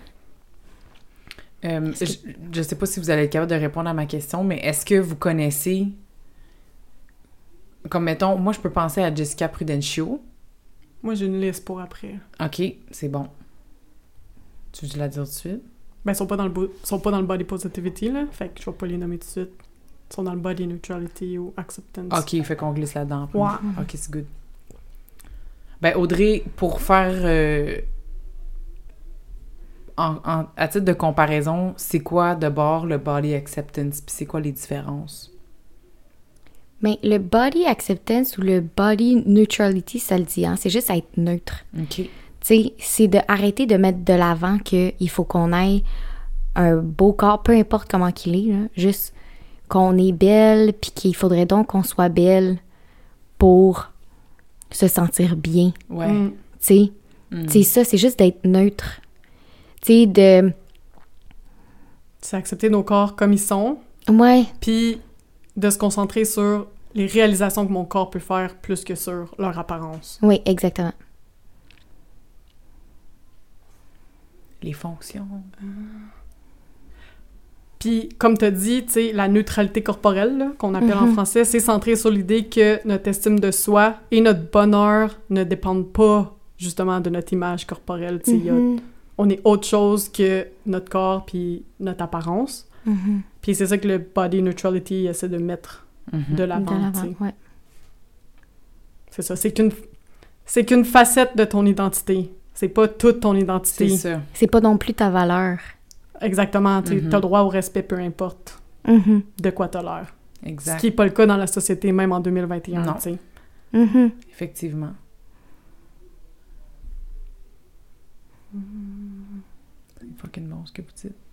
Je sais pas si vous allez être capable de répondre à ma question, mais est-ce que vous connaissez... Comme, mettons, moi, je peux penser à Jessica Prudencio. Moi, j'ai une liste pour après. OK, c'est bon. Tu veux la dire tout de suite? Ben, ils sont pas dans le body positivity, là. Fait que je vais pas les nommer tout de suite. sont dans le body neutrality ou acceptance. OK, fait qu'on glisse là-dedans. Ouais. OK, c'est good. Ben, Audrey, pour faire... à titre de comparaison, c'est quoi d'abord le body acceptance, puis c'est quoi les différences? Mais le body acceptance ou le body neutrality, ça le dit, hein, c'est juste être neutre. OK. Tu sais, c'est d'arrêter de mettre de l'avant qu'il faut qu'on ait un beau corps, peu importe comment qu'il est, là, juste qu'on est belle, puis qu'il faudrait donc qu'on soit belle pour se sentir bien. Ouais. Mm. Tu sais, c'est ça, c'est juste d'être neutre. Tu sais, C'est accepter nos corps comme ils sont, Ouais, puis de se concentrer sur les réalisations que mon corps peut faire plus que sur leur apparence. oui, exactement. Les fonctions. Puis, comme tu as dit, tu sais, la neutralité corporelle, là, qu'on appelle en français, c'est centré sur l'idée que notre estime de soi et notre bonheur ne dépendent pas, justement, de notre image corporelle. Tu sais, on est autre chose que notre corps puis notre apparence. Puis c'est ça que le body neutrality essaie de mettre de l'avant, tu sais. Ouais. C'est ça, c'est qu'une facette de ton identité. C'est pas toute ton identité. C'est ça. C'est pas non plus ta valeur. Exactement, tu t'as le droit au respect, peu importe de quoi t'as l'air. Exact. Ce qui n'est pas le cas dans la société, même en 2021, Non. tu sais. Effectivement. C'est fucking bon ce que vous dites.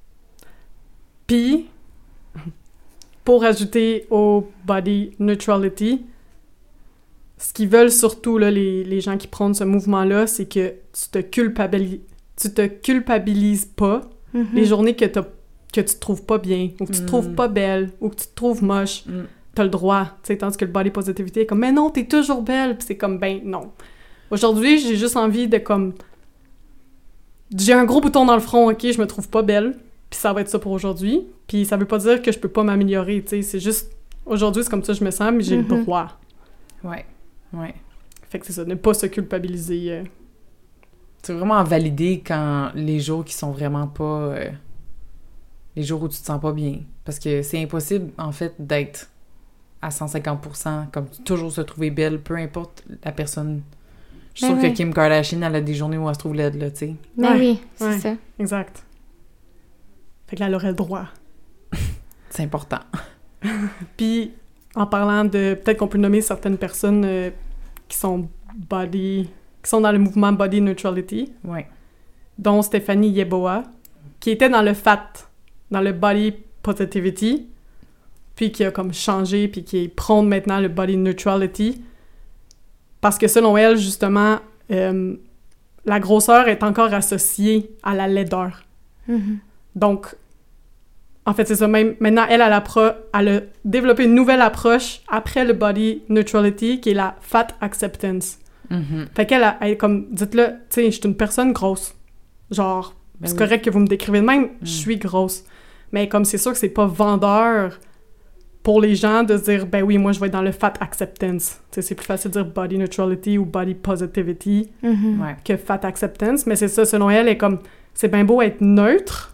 Puis, pour ajouter au body neutrality, ce qu'ils veulent surtout, là, les gens qui prônent ce mouvement-là, c'est que tu te culpabilises pas les journées que tu te trouves pas bien, ou que tu te trouves pas belle, ou que tu te trouves moche. T'as le droit, tu sais, tandis que le body positivity est comme « Mais non, t'es toujours belle! » Puis c'est comme « Ben non. Aujourd'hui, j'ai juste envie de comme... J'ai un gros bouton dans le front, OK, je me trouve pas belle, puis ça va être ça pour aujourd'hui. Puis ça veut pas dire que je peux pas m'améliorer, tu sais, c'est juste... Aujourd'hui, c'est comme ça que je me sens, mais j'ai le droit. Ouais. Fait que c'est ça, ne pas se culpabiliser. C'est vraiment validé quand les jours qui sont vraiment pas... les jours où tu te sens pas bien. Parce que c'est impossible, en fait, d'être à 150%, comme toujours se trouver belle, peu importe la personne. Je suis sûre que Kim Kardashian, elle a des journées où elle se trouve laide, là, tu sais. Mais oui, c'est ça. Exact. Fait que là, elle aurait le droit. C'est important. Puis, en parlant de... Peut-être qu'on peut nommer certaines personnes qui sont dans le mouvement Body Neutrality, Ouais. dont Stéphanie Yeboah, qui était dans le FAT, dans le Body Positivity, puis qui a comme changé, puis qui prône maintenant le Body Neutrality, parce que selon elle, justement, la grosseur est encore associée à la laideur. Donc, en fait, c'est ça. Même maintenant, elle a développé une nouvelle approche après le Body Neutrality, qui est la Fat Acceptance. Fait qu'elle elle comme, dites-le, tu sais, je suis une personne grosse. Genre, c'est correct que vous me décrivez de même, je suis grosse. Mais comme c'est sûr que c'est pas vendeur pour les gens de se dire, ben oui, moi, je vais être dans le Fat Acceptance. Tu sais, c'est plus facile de dire Body Neutrality ou Body Positivity que Fat Acceptance. Mais c'est ça, selon elle, est comme, c'est bien beau être neutre,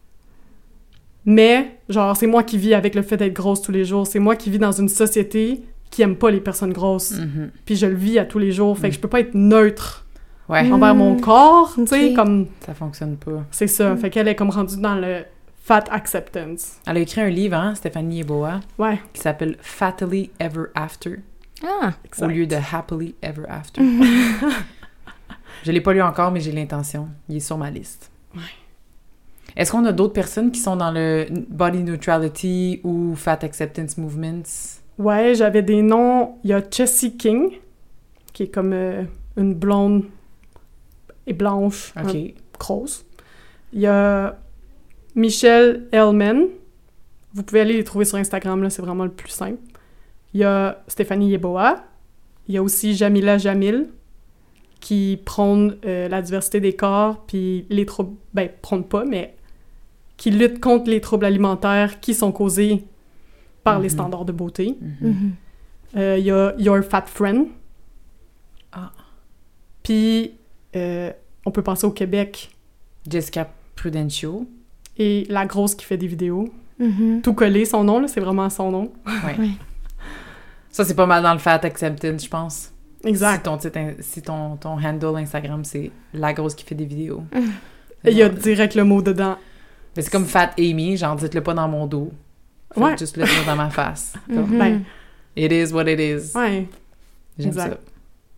mais, genre, c'est moi qui vis avec le fait d'être grosse tous les jours. C'est moi qui vis dans une société qui aime pas les personnes grosses. Puis je le vis à tous les jours. Fait que je peux pas être neutre envers mon corps, tu sais, comme... Ça fonctionne pas. C'est ça. Fait qu'elle est comme rendue dans le Fat Acceptance. Elle a écrit un livre, hein, Stéphanie Yeboah, Ouais. qui s'appelle Fatally Ever After, Ah! Exact. au lieu de Happily Ever After. Je l'ai pas lu encore, mais j'ai l'intention. Il est sur ma liste. Ouais. Est-ce qu'on a d'autres personnes qui sont dans le Body Neutrality ou Fat Acceptance Movements? Ouais, j'avais des noms. Il y a Jessie King, qui est comme une blonde et blanche, grosse. Il y a Michelle Hellman. Vous pouvez aller les trouver sur Instagram, là, c'est vraiment le plus simple. Il y a Stéphanie Yeboah. Il y a aussi Jamila Jamil, qui prône la diversité des corps, puis les troubles... Ben, prône pas, mais qui lutte contre les troubles alimentaires qui sont causés par les standards de beauté. Il y a Your Fat Friend. Ah. Puis, on peut penser au Québec. Jessica Prudencio. Et la grosse qui fait des vidéos. tout coller son nom, là, c'est vraiment son nom. Ouais. Ça, c'est pas mal dans le fat acceptance, je pense. Exact. Si ton handle Instagram, c'est la grosse qui fait des vidéos. Et il y a direct le mot dedans. Mais c'est comme Fat Amy, genre, dites-le pas dans mon dos. Faites juste le dire dans ma face. Comme, Ben, it is what it is. ouais. J'aime Exact. ça.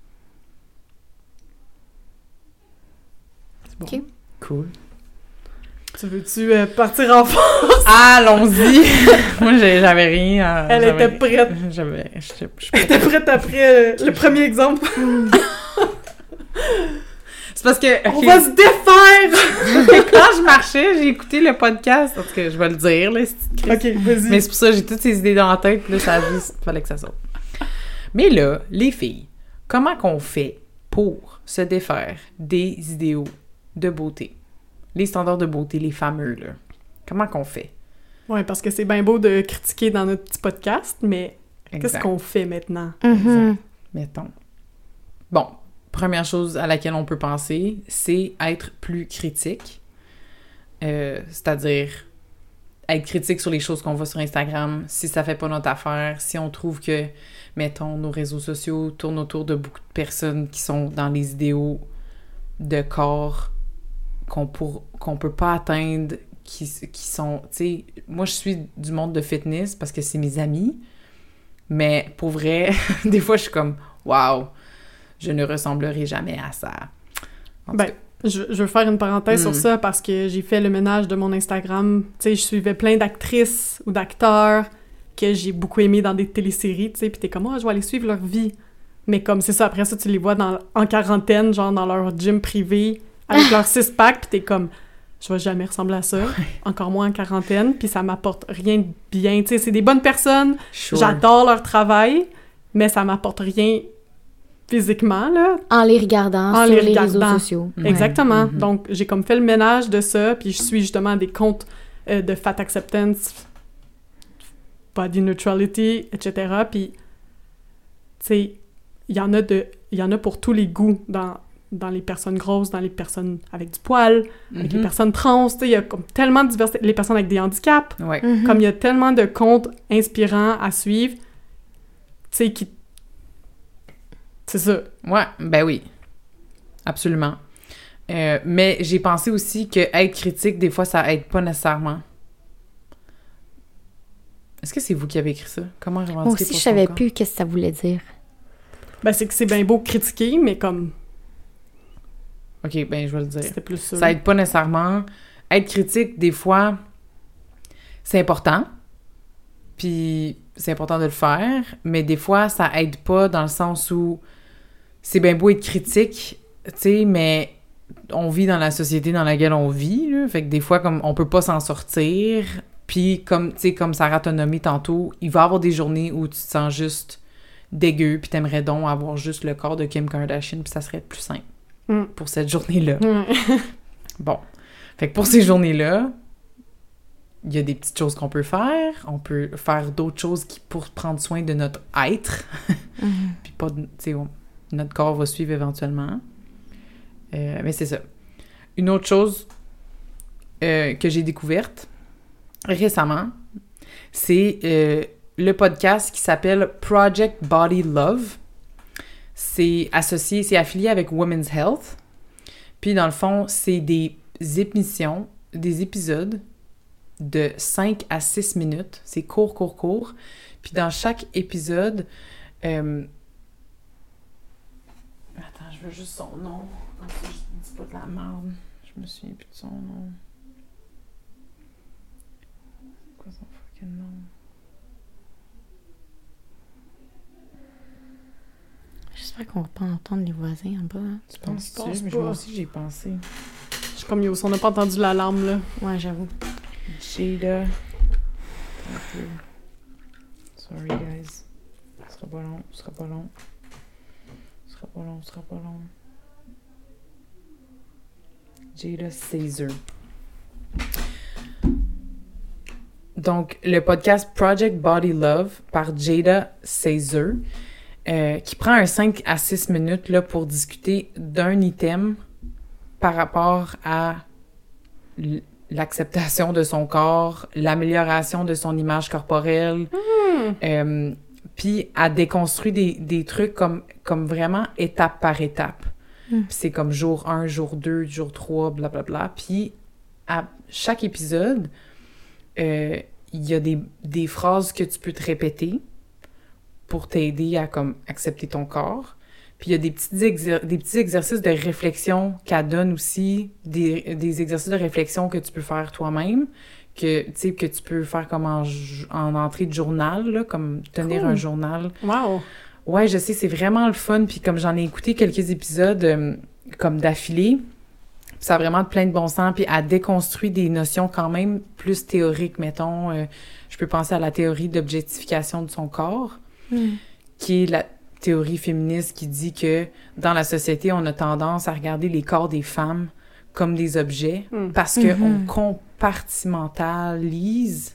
C'est bon. Ok. Cool. Tu veux-tu partir en force? Allons-y! Moi, j'avais rien. Elle était prête. Elle était prête après le premier exemple. C'est parce que... On va se défaire! Quand je marchais, j'ai écouté le podcast. En tout cas, je vais le dire, là, Ok, vas-y. mais c'est pour ça que j'ai toutes ces idées dans la tête, puis là, ça a juste... fallait que ça sorte. Mais là, les filles, comment qu'on fait pour se défaire des idéaux de beauté? Les standards de beauté, les fameux, là. Comment qu'on fait? Ouais, parce que c'est bien beau de critiquer dans notre petit podcast, mais qu'est-ce Exact. qu'on fait maintenant? Mhm. Mettons. Bon, première chose à laquelle on peut penser, c'est être plus critique. C'est-à-dire être critique sur les choses qu'on voit sur Instagram, si ça fait pas notre affaire, si on trouve que, mettons, nos réseaux sociaux tournent autour de beaucoup de personnes qui sont dans les idéaux de corps qu'on peut pas atteindre, qui sont, tu sais, moi je suis du monde de fitness parce que c'est mes amis, mais pour vrai, des fois je suis comme, wow, je ne ressemblerai jamais à ça. En tout Ben, cas. je veux faire une parenthèse sur ça parce que j'ai fait le ménage de mon Instagram. Tu sais, je suivais plein d'actrices ou d'acteurs que j'ai beaucoup aimés dans des téléséries, tu sais, puis t'es comme, je vais aller suivre leur vie. Mais comme c'est ça, après ça, tu les vois en quarantaine, genre dans leur gym privé, avec leur six-pack, puis t'es comme, je vais jamais ressembler à ça, encore moins en quarantaine, puis ça m'apporte rien de bien. Tu sais, c'est des bonnes personnes, Sure. j'adore leur travail, mais ça m'apporte rien physiquement, là. En les regardant En sur les les réseaux regardant. sociaux. Ouais. Exactement. Mhm. Donc, j'ai comme fait le ménage de ça, puis je suis justement des comptes de fat acceptance, body neutrality, etc. Puis, tu sais, il y en a pour tous les goûts dans les personnes grosses, dans les personnes avec du poil, avec les personnes trans, tu sais, il y a comme tellement de diversité, les personnes avec des handicaps, Ouais. Mhm. comme il y a tellement de comptes inspirants à suivre, tu sais, qui... C'est ça. Ouais, ben oui. Absolument. Mais j'ai pensé aussi que être critique, des fois, ça aide pas nécessairement. Est-ce que c'est vous qui avez écrit ça? Comment revendiquer Moi aussi, pour je son savais corps? plus qu'est-ce que ça voulait dire. Ben, c'est que c'est bien beau critiquer, mais comme, OK, ben je vais le dire. c'était plus ça. Ça aide pas nécessairement. Être critique, des fois, c'est important. Puis c'est important de le faire. Mais des fois, ça aide pas dans le sens où c'est bien beau être critique, tu sais, mais on vit dans la société dans laquelle on vit, là. Fait que des fois, comme on peut pas s'en sortir. Puis comme, tu sais, comme Sarah t'a nommé tantôt, il va y avoir des journées où tu te sens juste dégueu, puis t'aimerais donc avoir juste le corps de Kim Kardashian, puis ça serait plus simple pour cette journée-là. Ouais. Bon. Fait que pour ces journées-là, il y a des petites choses qu'on peut faire. On peut faire d'autres choses pour prendre soin de notre être. Puis pas, tu sais, notre corps va suivre éventuellement. Mais c'est ça. Une autre chose que j'ai découverte récemment, c'est le podcast qui s'appelle Project Body Love. C'est affilié avec Women's Health. Puis dans le fond, c'est des épisodes de 5 à 6 minutes. C'est court. Puis dans chaque épisode... Attends, je veux juste son nom. Comme ça, je dis pas de la merde. Je me souviens plus de son nom. C'est quoi son fucking nom? J'espère qu'on va pas entendre les voisins en bas. Hein. Tu penses-tu? Je pense Mais pas. moi aussi, j'ai pensé. Je suis comme, on n'a pas entendu l'alarme, là. Ouais, j'avoue. Jada. Sorry, guys. Ce sera pas long. Jada Caesar. Donc, le podcast Project Body Love par Jada Caesar, qui prend un 5 à 6 minutes là, pour discuter d'un item par rapport à l'acceptation de son corps, l'amélioration de son image corporelle. Puis elle déconstruit des trucs comme vraiment étape par étape. Puis c'est comme jour 1, jour 2, jour 3, blablabla. Puis à chaque épisode, il y a des phrases que tu peux te répéter pour t'aider à comme accepter ton corps. Puis il y a des petits exercices de réflexion qu'elle donne aussi, des exercices de réflexion que tu peux faire toi-même, que tu peux faire comme en entrée de journal, là, comme tenir un journal. Wow! Ouais, je sais, c'est vraiment le fun. Puis comme j'en ai écouté quelques épisodes comme d'affilée, ça a vraiment plein de bon sens. Puis elle déconstruit des notions quand même plus théoriques, mettons. Je peux penser à la théorie d'objectification de son corps, qui est la théorie féministe qui dit que dans la société, on a tendance à regarder les corps des femmes comme des objets parce qu'on compartimentalise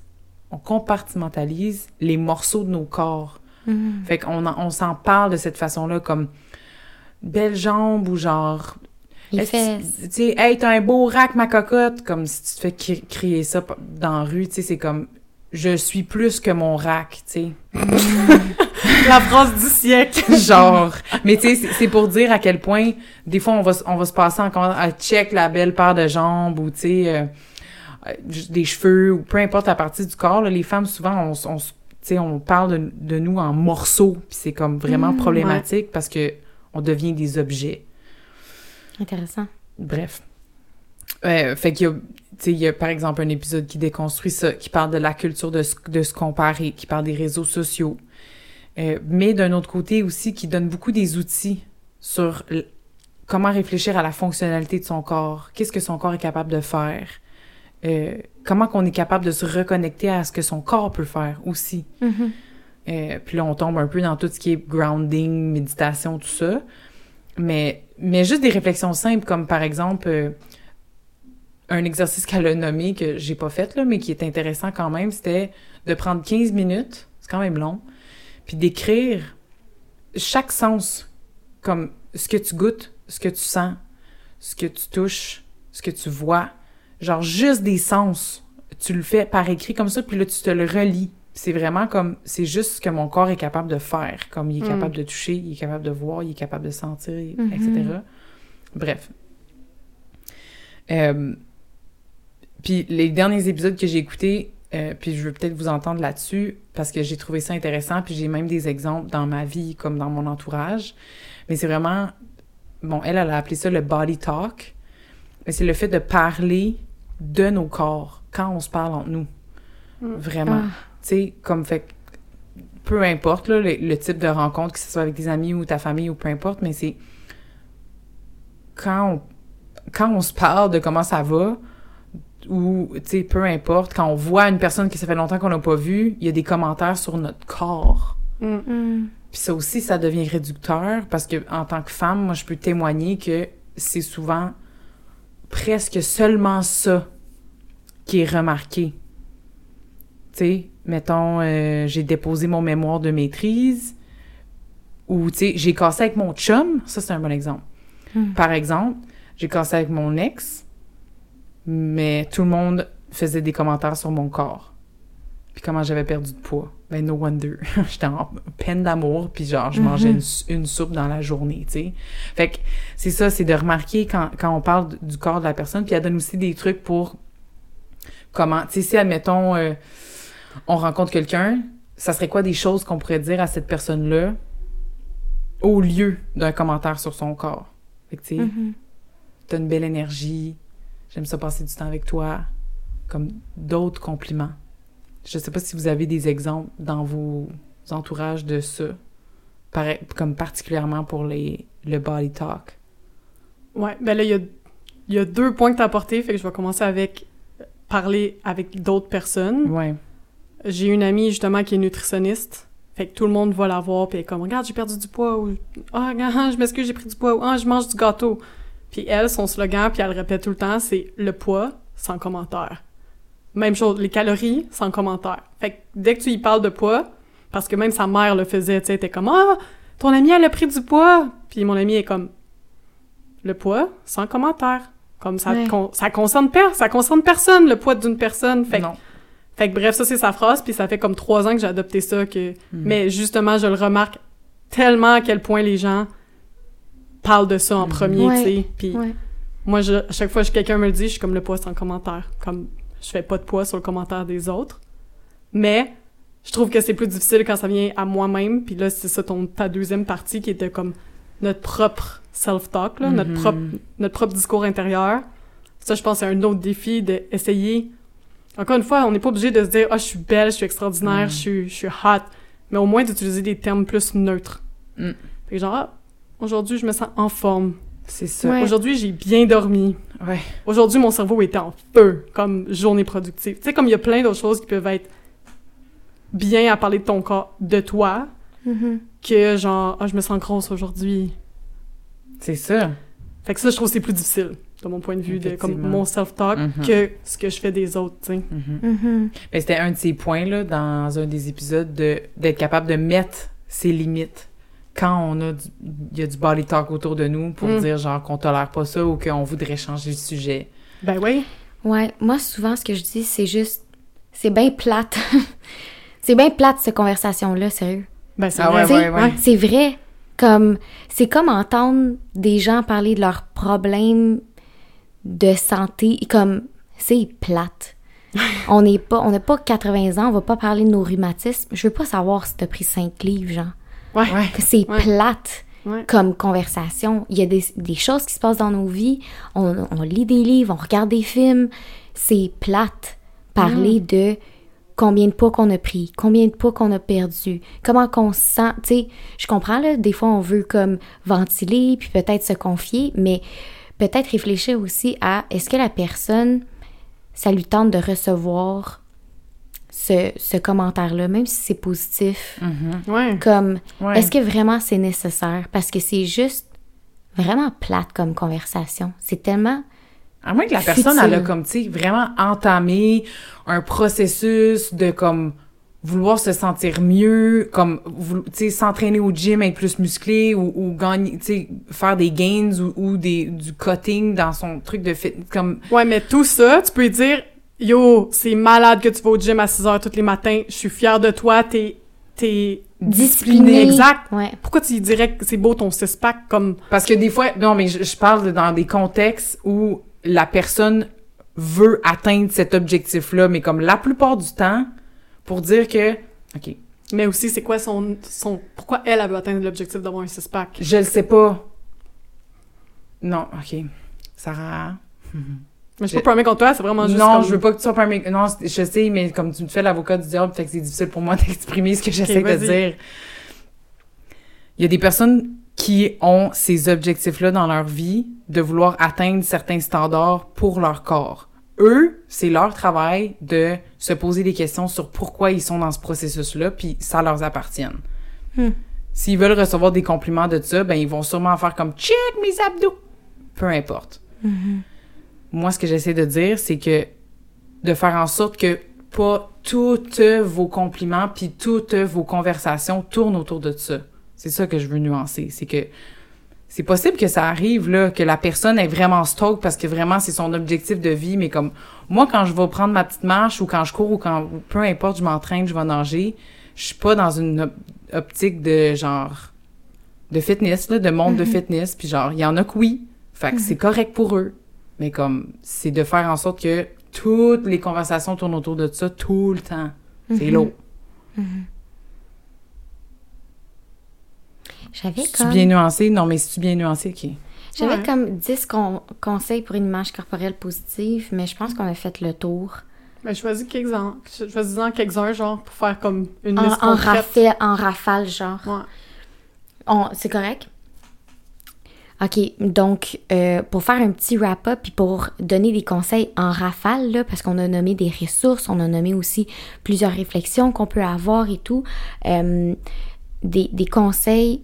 les morceaux de nos corps. Fait qu'on s'en parle de cette façon-là, comme belle jambe ou genre... Les fesses. Tu sais, hey, t'as un beau rack, ma cocotte, comme si tu te fais crier ça dans la rue, tu sais, c'est comme je suis plus que mon rack, tu sais. La phrase du siècle. Genre, mais tu sais, c'est pour dire à quel point, des fois, on va se passer en compte, à check la belle paire de jambes ou, tu sais, des cheveux ou peu importe la partie du corps, là, les femmes, souvent, on parle de nous en morceaux, puis c'est comme vraiment problématique parce que on devient des objets. Intéressant. Bref. Fait qu'il y a, par exemple, un épisode qui déconstruit ça, qui parle de la culture de se comparer, qui parle des réseaux sociaux. Mais d'un autre côté aussi, qui donne beaucoup des outils sur comment réfléchir à la fonctionnalité de son corps. Qu'est-ce que son corps est capable de faire? Comment qu'on est capable de se reconnecter à ce que son corps peut faire aussi. Puis là, on tombe un peu dans tout ce qui est grounding, méditation, tout ça. Mais juste des réflexions simples, comme par exemple, un exercice qu'elle a nommé, que j'ai pas fait, là, mais qui est intéressant quand même, c'était de prendre 15 minutes, c'est quand même long, puis d'écrire chaque sens, comme ce que tu goûtes, ce que tu sens, ce que tu touches, ce que tu vois, genre juste des sens. Tu le fais par écrit comme ça, puis là, tu te le relis. C'est vraiment comme, c'est juste ce que mon corps est capable de faire. Comme il est capable de toucher, il est capable de voir, il est capable de sentir, etc. Bref. Puis les derniers épisodes que j'ai écoutés, puis je veux peut-être vous entendre là-dessus, parce que j'ai trouvé ça intéressant, puis j'ai même des exemples dans ma vie, comme dans mon entourage. Mais c'est vraiment... Bon, elle a appelé ça le body talk. Mais c'est le fait de parler de nos corps quand on se parle entre nous. Vraiment. Tu sais, comme fait... Peu importe, là, le type de rencontre, que ce soit avec des amis ou ta famille ou peu importe, mais c'est... Quand on se parle de comment ça va, ou, tu sais, peu importe, quand on voit une personne que ça fait longtemps qu'on n'a pas vue, il y a des commentaires sur notre corps. Puis ça aussi, ça devient réducteur, parce que en tant que femme, moi, je peux témoigner que c'est souvent presque seulement ça qui est remarqué. Tu sais, mettons, j'ai déposé mon mémoire de maîtrise, ou, tu sais, j'ai cassé avec mon chum, ça, c'est un bon exemple. Par exemple, j'ai cassé avec mon ex, mais tout le monde faisait des commentaires sur mon corps. Puis comment j'avais perdu de poids. Ben, no wonder. J'étais en peine d'amour, puis genre, je mangeais une soupe dans la journée, tu sais. Fait que c'est ça, c'est de remarquer quand on parle du corps de la personne, puis elle donne aussi des trucs pour comment... Tu sais, si, admettons, on rencontre quelqu'un, ça serait quoi des choses qu'on pourrait dire à cette personne-là au lieu d'un commentaire sur son corps? Fait que, tu sais, t'as une belle énergie, j'aime ça passer du temps avec toi, comme d'autres compliments. Je sais pas si vous avez des exemples dans vos entourages de ça, comme particulièrement pour le body talk. Ouais, ben là, il y a 2 points que t'as apportés, fait que je vais commencer avec parler avec d'autres personnes. Ouais. J'ai une amie, justement, qui est nutritionniste, fait que tout le monde va la voir, puis elle est comme « Regarde, j'ai perdu du poids » ou « Ah, je m'excuse, j'ai pris du poids » ou « Ah, je mange du gâteau ». Puis elle, son slogan, puis elle le répète tout le temps, c'est « Le poids, sans commentaire ». Même chose, les calories, sans commentaire. Fait que dès que tu y parles de poids, parce que même sa mère le faisait, tu sais, t'es comme « Ah, ton amie, elle a pris du poids! » Puis mon amie est comme « Le poids, sans commentaire. Comme ça concerne personne, le poids d'une personne. Fait que bref, ça, c'est sa phrase, puis ça fait comme 3 ans que j'ai adopté ça, mais justement, je le remarque tellement à quel point les gens parlent de ça en premier, tu sais. Puis moi, à chaque fois que quelqu'un me le dit, je suis comme le poids, c'est en commentaire. Comme, je fais pas de poids sur le commentaire des autres. Mais je trouve que c'est plus difficile quand ça vient à moi-même. Puis là, c'est ça, ta deuxième partie qui était comme notre propre self-talk, là, notre propre discours intérieur. Ça, je pense, c'est un autre défi d'essayer. Encore une fois, on n'est pas obligé de se dire « Ah, je suis belle, je suis extraordinaire, je suis hot », mais au moins d'utiliser des termes plus neutres. Fait que genre, ah, aujourd'hui, je me sens en forme. C'est ça. Ouais. Aujourd'hui, j'ai bien dormi. Ouais. Aujourd'hui, mon cerveau était en feu, comme journée productive. Tu sais, comme il y a plein d'autres choses qui peuvent être bien à parler de ton corps, de toi, que genre, ah, je me sens grosse aujourd'hui. C'est ça. Fait que ça, je trouve que c'est plus difficile, de mon point de vue, de comme mon self-talk, que ce que je fais des autres, tu sais. Ben, c'était un de ces points, là, dans un des épisodes, d'être capable de mettre ses limites quand il y a du body talk autour de nous pour dire, genre, qu'on tolère pas ça ou qu'on voudrait changer le sujet. Ben oui. Ouais, moi, souvent, ce que je dis, c'est juste... C'est bien plate. C'est bien plate, cette conversation-là, sérieux. Ben, c'est vrai. Ouais. C'est vrai. C'est comme entendre des gens parler de leurs problèmes de santé, comme, c'est plate. On n'a pas 80 ans, on va pas parler de nos rhumatismes. Je veux pas savoir si t'as pris 5 livres, genre. Ouais. C'est plate Ouais. comme conversation. Il y a des choses qui se passent dans nos vies. On lit des livres, on regarde des films. C'est plate. Parler de combien de poids qu'on a pris, combien de poids qu'on a perdu, comment qu'on se sent. Tu sais, je comprends, là, des fois, on veut comme ventiler, puis peut-être se confier, mais peut-être réfléchir aussi à est-ce que la personne, ça lui tente de recevoir ce commentaire-là, même si c'est positif. Ouais. Comme, est-ce que vraiment c'est nécessaire? Parce que c'est juste vraiment plate comme conversation. C'est tellement... À moins que la personne, elle a comme, tu sais, vraiment entamé un processus de, comme, vouloir se sentir mieux, comme, tu sais, s'entraîner au gym, être plus musclé, ou gagner, tu sais, faire des gains ou du cutting dans son truc de fit, comme... Ouais, mais tout ça, tu peux lui dire « Yo, c'est malade que tu vas au gym à 6 heures tous les matins, je suis fière de toi, t'es discipliné. » Exact. Ouais. Pourquoi tu lui dirais que c'est beau ton six-pack, comme... Parce que des fois, non, mais je parle dans des contextes où la personne veut atteindre cet objectif-là, mais comme la plupart du temps, pour dire que... OK. Mais aussi, c'est quoi son... Pourquoi elle veut atteindre l'objectif d'avoir un six-pack? Je le sais pas. Non, OK. Sarah... Mais je suis pas permis contre toi, c'est vraiment juste non, comme... je veux pas que tu sois permis... Non, je sais, mais comme tu me fais l'avocat du diable, fait que c'est difficile pour moi d'exprimer ce que j'essaie de dire. Il y a des personnes qui ont ces objectifs-là dans leur vie, de vouloir atteindre certains standards pour leur corps. Eux, c'est leur travail de se poser des questions sur pourquoi ils sont dans ce processus-là, puis ça leur appartient. S'ils veulent recevoir des compliments de ça, ben ils vont sûrement faire comme « check mes abdos ». Peu importe. Moi, ce que j'essaie de dire, c'est que de faire en sorte que pas toutes vos compliments puis toutes vos conversations tournent autour de ça. C'est ça que je veux nuancer. C'est que c'est possible que ça arrive, là, que la personne est vraiment stoked parce que vraiment c'est son objectif de vie, mais comme moi, quand je vais prendre ma petite marche ou quand je cours ou quand peu importe, je m'entraîne, je vais nager, je suis pas dans une optique de genre de fitness, là, de monde de fitness, puis genre, il y en a que oui. Fait que c'est correct pour eux. Mais comme, c'est de faire en sorte que toutes les conversations tournent autour de ça tout le temps. C'est lourd. C'est-tu bien nuancé? Non, mais c'est-tu bien nuancé? OK. J'avais comme 10 conseils pour une image corporelle positive, mais je pense qu'on a fait le tour. Ben, choisis quelques-uns, genre, pour faire comme une liste concrète. En rafale, genre. Ouais. C'est correct? OK, donc, pour faire un petit wrap-up, puis pour donner des conseils en rafale, là, parce qu'on a nommé des ressources, on a nommé aussi plusieurs réflexions qu'on peut avoir et tout, des conseils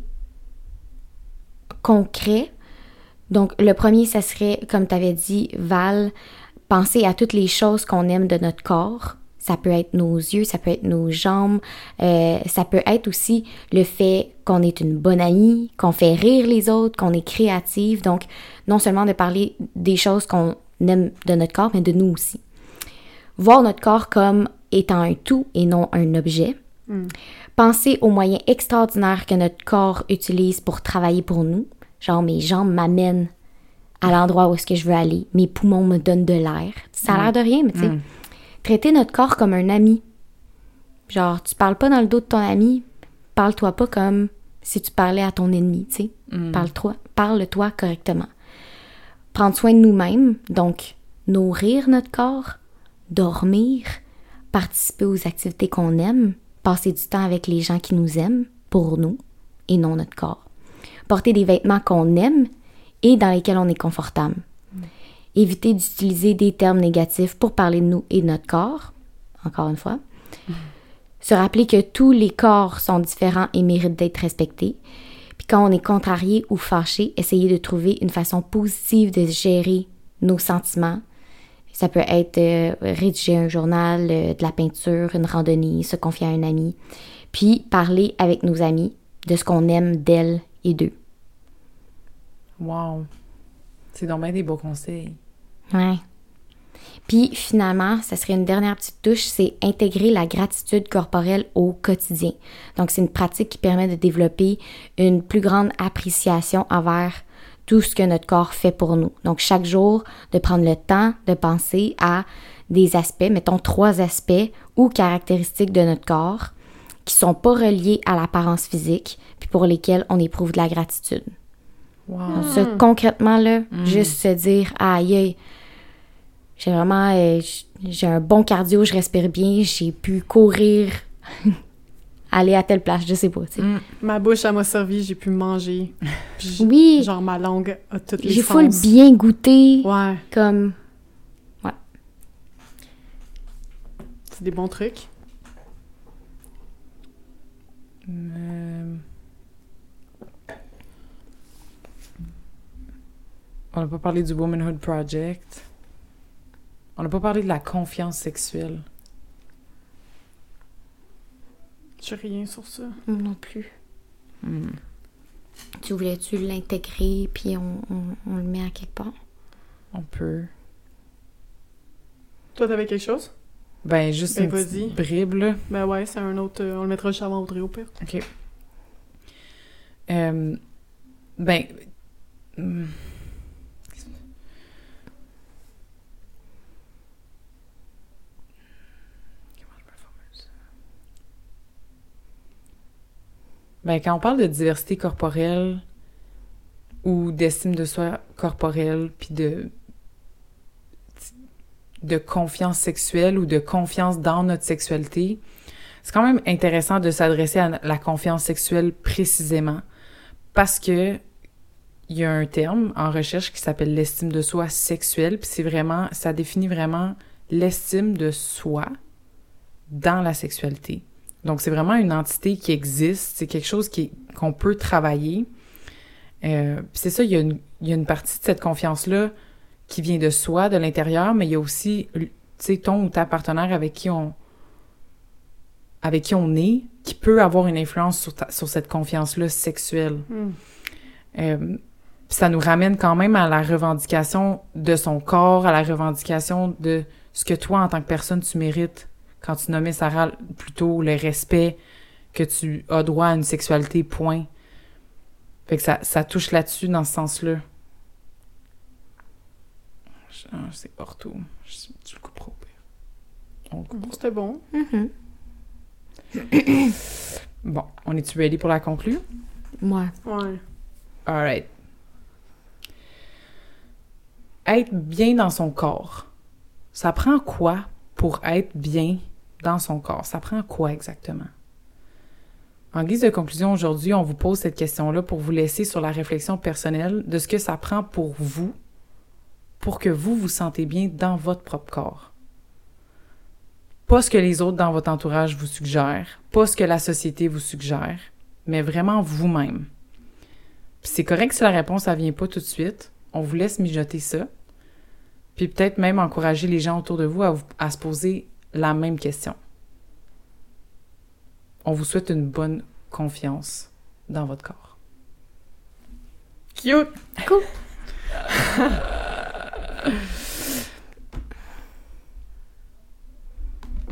concrets. Donc, le premier, ça serait, comme tu avais dit, Val, penser à toutes les choses qu'on aime de notre corps, Ça peut être nos yeux, ça peut être nos jambes, ça peut être aussi le fait qu'on est une bonne amie, qu'on fait rire les autres, qu'on est créative. Donc, non seulement de parler des choses qu'on aime de notre corps, mais de nous aussi. Voir notre corps comme étant un tout et non un objet. Penser aux moyens extraordinaires que notre corps utilise pour travailler pour nous. Genre, mes jambes m'amènent à l'endroit où est-ce que je veux aller. Mes poumons me donnent de l'air. Ça a l'air de rien, mais tu sais... Traiter notre corps comme un ami. Genre, tu parles pas dans le dos de ton ami, parle-toi pas comme si tu parlais à ton ennemi, tu sais. Parle-toi correctement. Prendre soin de nous-mêmes, donc nourrir notre corps, dormir, participer aux activités qu'on aime, passer du temps avec les gens qui nous aiment, pour nous, et non notre corps. Porter des vêtements qu'on aime et dans lesquels on est confortable. Éviter d'utiliser des termes négatifs pour parler de nous et de notre corps, encore une fois. Se rappeler que tous les corps sont différents et méritent d'être respectés. Puis quand on est contrarié ou fâché, essayer de trouver une façon positive de gérer nos sentiments. Ça peut être rédiger un journal, de la peinture, une randonnée, se confier à un ami. Puis parler avec nos amis de ce qu'on aime d'elles et d'eux. Wow! C'est donc bien des beaux conseils. Ouais. Puis finalement, ça serait une dernière petite touche, c'est intégrer la gratitude corporelle au quotidien. Donc c'est une pratique qui permet de développer une plus grande appréciation envers tout ce que notre corps fait pour nous. Donc chaque jour, de prendre le temps de penser à des aspects, mettons 3 aspects ou caractéristiques de notre corps qui sont pas reliés à l'apparence physique, puis pour lesquels on éprouve de la gratitude. Wow. Donc, ça, concrètement, là, juste se dire, aïe, j'ai vraiment, j'ai un bon cardio, je respire bien, j'ai pu courir, aller à telle place, je sais pas, tu sais. Ma bouche, elle m'a servi, j'ai pu manger. Oui. Genre, ma langue a toutes les J'ai sens. full bien goûté. Ouais. Comme, ouais. C'est des bons trucs. On n'a pas parlé du Womanhood Project. On n'a pas parlé de la confiance sexuelle. J'ai rien sur ça. Non plus. Tu voulais-tu l'intégrer, puis on le met à quelque part? On peut. Toi, t'avais quelque chose? Ben, juste Ben, une vas-y. petite bribe, là. Ben ouais, c'est un autre... on le mettra juste avant Audrey, au pire. OK. Ben... Ben, quand on parle de diversité corporelle ou d'estime de soi corporelle, puis de confiance sexuelle ou de confiance dans notre sexualité, c'est quand même intéressant de s'adresser à la confiance sexuelle précisément parce que il y a un terme en recherche qui s'appelle l'estime de soi sexuelle, puis ça définit vraiment l'estime de soi dans la sexualité. Donc, c'est vraiment une entité qui existe, c'est quelque chose qu'on peut travailler. C'est ça, il y a une partie de cette confiance-là qui vient de soi, de l'intérieur, mais il y a aussi, tu sais, ton ou ta partenaire avec qui on est, qui peut avoir une influence sur cette confiance-là sexuelle. Ça nous ramène quand même à la revendication de son corps, à la revendication de ce que toi, en tant que personne, tu mérites. Quand tu nommais, Sarah, plutôt le respect que tu as droit à une sexualité, point. Fait que ça touche là-dessus, dans ce sens-là. C'est ortho. Tu le couperas au pire. On le coupera. C'était bon. Bon, on est-tu ready pour la conclure? Ouais. Ouais. All right. Être bien dans son corps, ça prend quoi pour être bien dans son corps? Ça prend quoi exactement? En guise de conclusion, aujourd'hui, on vous pose cette question-là pour vous laisser sur la réflexion personnelle de ce que ça prend pour vous, pour que vous vous sentez bien dans votre propre corps. Pas ce que les autres dans votre entourage vous suggèrent, pas ce que la société vous suggère, mais vraiment vous-même. Puis c'est correct si la réponse, ça vient pas tout de suite. On vous laisse mijoter ça. Puis peut-être même encourager les gens autour de vous à se poser la même question. On vous souhaite une bonne confiance dans votre corps. Cute! Cool!